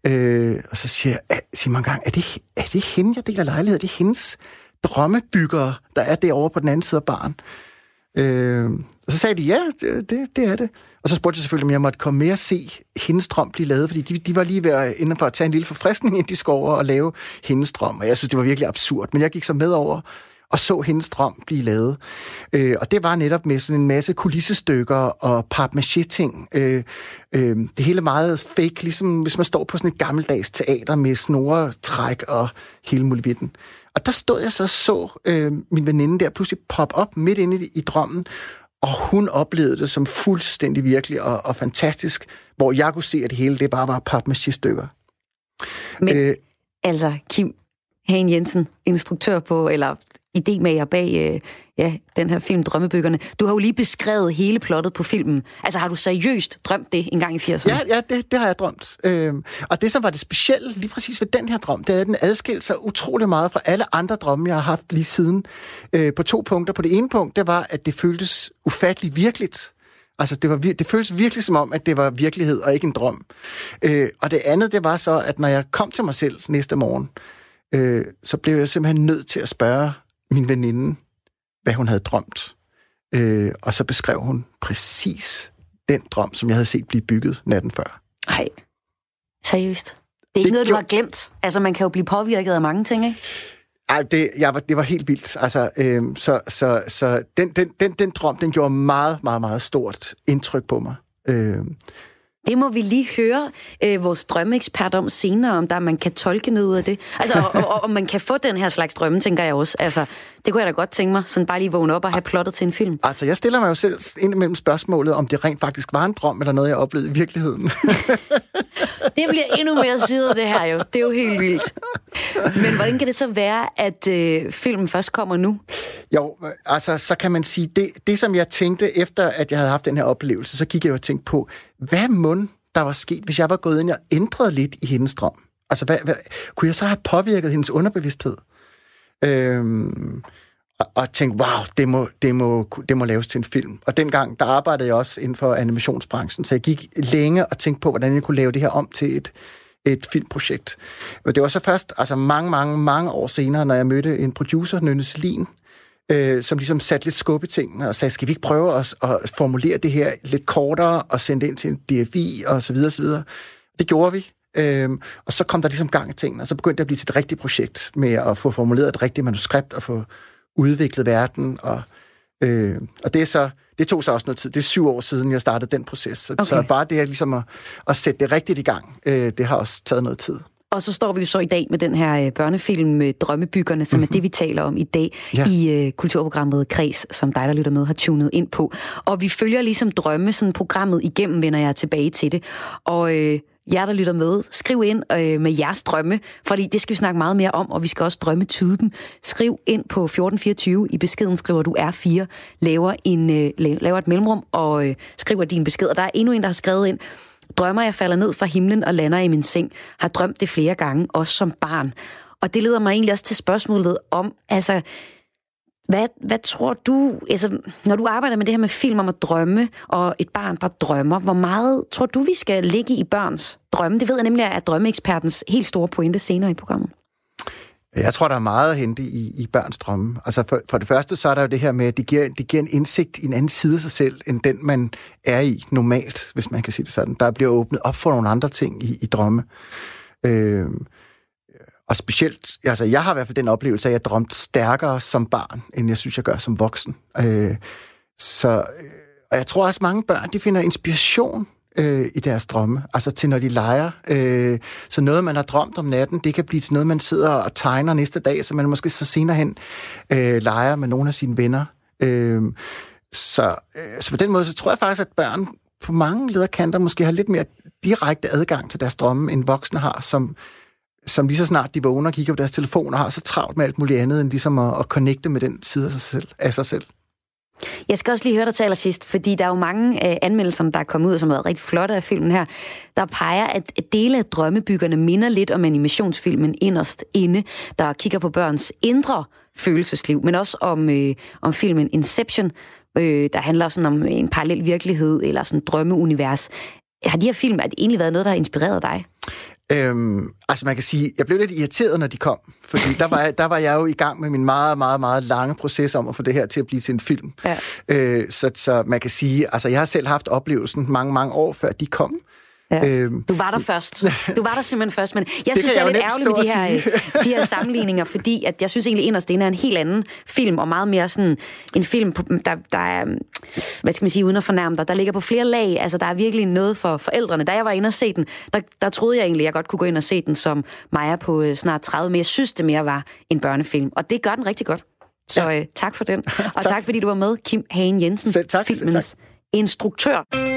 Øh, og så siger jeg, siger man gang, er det, er det hende, jeg deler lejlighed? Er det hendes drømmebyggere, der er derovre på den anden side af baren? Øh, og så sagde de, ja, det, det, det er det. Og så spurgte jeg selvfølgelig, om jeg måtte komme med og se hendes drøm blive lavet, fordi de, de var lige ved at, inden for at tage en lille forfriskning, inden de skulle over og lave hendes drøm. Og jeg synes, det var virkelig absurd. Men jeg gik så med over og så hendes drøm blive lavet. Øh, og det var netop med sådan en masse kulissestykker og papmaché-ting. Øh, øh, det hele meget fake, ligesom hvis man står på sådan et gammeldags teater med snoretræk og hele muligheden. Og der stod jeg så og så øh, min veninde der pludselig poppe op midt inde i, i drømmen, og hun oplevede det som fuldstændig virkelig og, og fantastisk, hvor jeg kunne se, at det hele det bare var papmaché-stykker. Men øh, altså, Kim Hagen Jensen, instruktør på, eller idémager bag øh, ja, den her film Drømmebyggerne. Du har jo lige beskrevet hele plottet på filmen. Altså, har du seriøst drømt det en gang i firserne? Ja, ja det, det har jeg drømt. Øhm, og det, som var det specielle lige præcis ved den her drøm, det er, at den adskilte sig utrolig meget fra alle andre drømme, jeg har haft lige siden. Øh, på to punkter. På det ene punkt, det var, at det føltes ufatteligt virkeligt. Altså, det, var, det føltes virkelig som om, at det var virkelighed og ikke en drøm. Øh, og det andet, det var så, at når jeg kom til mig selv næste morgen, øh, så blev jeg simpelthen nødt til at spørge min veninde, hvad hun havde drømt. Øh, og så beskrev hun præcis den drøm, som jeg havde set blive bygget natten før. Ej, seriøst. Det er ikke det noget, du jo... har glemt. Altså, man kan jo blive påvirket af mange ting, ikke? Ej, det, jeg var, det var helt vildt. Altså, øh, så så, så den, den, den, den drøm, den gjorde meget, meget, meget stort indtryk på mig. Øh, Det må vi lige høre øh, vores drømmeekspert om senere, om der man kan tolke noget ud af det. Altså, og, og, og man kan få den her slags drømme, tænker jeg også. Altså, det kunne jeg da godt tænke mig, sådan bare lige vågne op og have plottet til en film. Altså, jeg stiller mig jo selv indimellem spørgsmålet, om det rent faktisk var en drøm, eller noget, jeg oplevede i virkeligheden. Det bliver endnu mere syret, det her jo. Det er jo helt vildt. Men hvordan kan det så være, at øh, filmen først kommer nu? Jo, altså, så kan man sige, det, det som jeg tænkte, efter at jeg havde haft den her oplevelse, så gik jeg jo og tænkte på, hvad mund der var sket, hvis jeg var gået ind og ændret lidt i hendes drøm? Altså, hvad, hvad, kunne jeg så have påvirket hendes underbevidsthed? Øhm, og, og tænkte, wow, det må, det, må, det må laves til en film. Og dengang, der arbejdede jeg også inden for animationsbranchen, så jeg gik længe og tænkte på, hvordan jeg kunne lave det her om til et, et filmprojekt. Og det var så først, altså mange, mange, mange år senere, når jeg mødte en producer, Nynne Selin, øh, som ligesom satte lidt skub i tingene og sagde, skal vi ikke prøve at, at formulere det her lidt kortere og sende det ind til en D F I og så videre, så videre. Det gjorde vi. Øhm, og så kom der ligesom gang i tingene, og så begyndte det at blive til et rigtigt projekt med at få formuleret et rigtigt manuskript og få udviklet verden. Og, øh, og det, er så, det tog så også noget tid. Det er syv år siden, jeg startede den proces. Så, okay. så bare det her ligesom at, at sætte det rigtigt i gang, øh, det har også taget noget tid. Og så står vi jo så i dag med den her børnefilm Drømmebyggerne, som mm-hmm. er det, vi taler om i dag ja. i uh, kulturprogrammet Kreds, som dig, der lytter med, har tunet ind på. Og vi følger ligesom drømme, sådan programmet igennem, vender jeg tilbage til det. Og øh, jer, der lytter med, skriv ind øh, med jeres drømme, fordi det skal vi snakke meget mere om, og vi skal også drømme tyde dem. Skriv ind på fjorten fireogtyve, i beskeden skriver du R fire, laver, en, øh, laver et mellemrum og øh, skriver din besked. Og der er endnu en, der har skrevet ind, drømmer, jeg falder ned fra himlen og lander i min seng. Har drømt det flere gange, også som barn. Og det leder mig egentlig også til spørgsmålet om, altså, hvad, hvad tror du, altså, når du arbejder med det her med film om at drømme, og et barn, der drømmer, hvor meget tror du, vi skal ligge i børns drømme? Det ved jeg nemlig er drømmeekspertens helt store pointe senere i programmet. Jeg tror, der er meget at hente i, i børns drømme. Altså for, for det første, så er der jo det her med, at det giver, det giver en indsigt i en anden side af sig selv, end den, man er i normalt, hvis man kan sige det sådan. Der bliver åbnet op for nogle andre ting i, i drømme. Øh, og specielt, altså jeg har i hvert fald den oplevelse, at jeg drømte stærkere som barn, end jeg synes, jeg gør som voksen. Øh, så, og jeg tror også, mange børn, de finder inspiration øh, i deres drømme, altså til når de leger. Øh, så noget, man har drømt om natten, det kan blive til noget, man sidder og tegner næste dag, så man måske så senere hen øh, leger med nogle af sine venner. Øh, så, øh, så på den måde, så tror jeg faktisk, at børn på mange lederkanter måske har lidt mere direkte adgang til deres drømme, end voksne har, som, som lige så snart de vågner og kigger på deres telefoner, har så travlt med alt muligt andet, end ligesom at, at connecte med den side af sig selv. Af sig selv. Jeg skal også lige høre dig til allersidst, fordi der er jo mange øh, anmeldelser, der er kommet ud, som har været rigtig flotte af filmen her, der peger, at dele af Drømmebyggerne minder lidt om animationsfilmen Inderst Inde, der kigger på børns indre følelsesliv, men også om, øh, om filmen Inception, øh, der handler sådan om en parallel virkelighed eller sådan drømmeunivers. Har de her film, er det egentlig været noget, der har inspireret dig? Øhm, altså man kan sige, jeg blev lidt irriteret, når de kom, fordi der var, der var jeg jo i gang med min meget, meget, meget lange proces om at få det her til at blive til en film. Ja. Øh, så, så man kan sige, altså jeg har selv haft oplevelsen mange, mange år før de kom. Ja. Øhm, du var der først. Du var der simpelthen først, men jeg det synes, det er lidt ærgerligt med de her, de her sammenligninger, fordi at jeg synes egentlig inderst inde er en helt anden film, og meget mere sådan en film, der, der er, hvad skal man sige, uden at fornærme dig, der ligger på flere lag, altså der er virkelig noget for forældrene. Da jeg var inde og se den, der, der troede jeg egentlig, at jeg godt kunne gå ind og se den som Maja på snart tredive, men jeg synes, det mere var en børnefilm, og det gør den rigtig godt. Så ja. øh, tak for den, og tak. tak fordi du var med, Kim Hagen Jensen, selv tak, filmens selv tak. instruktør.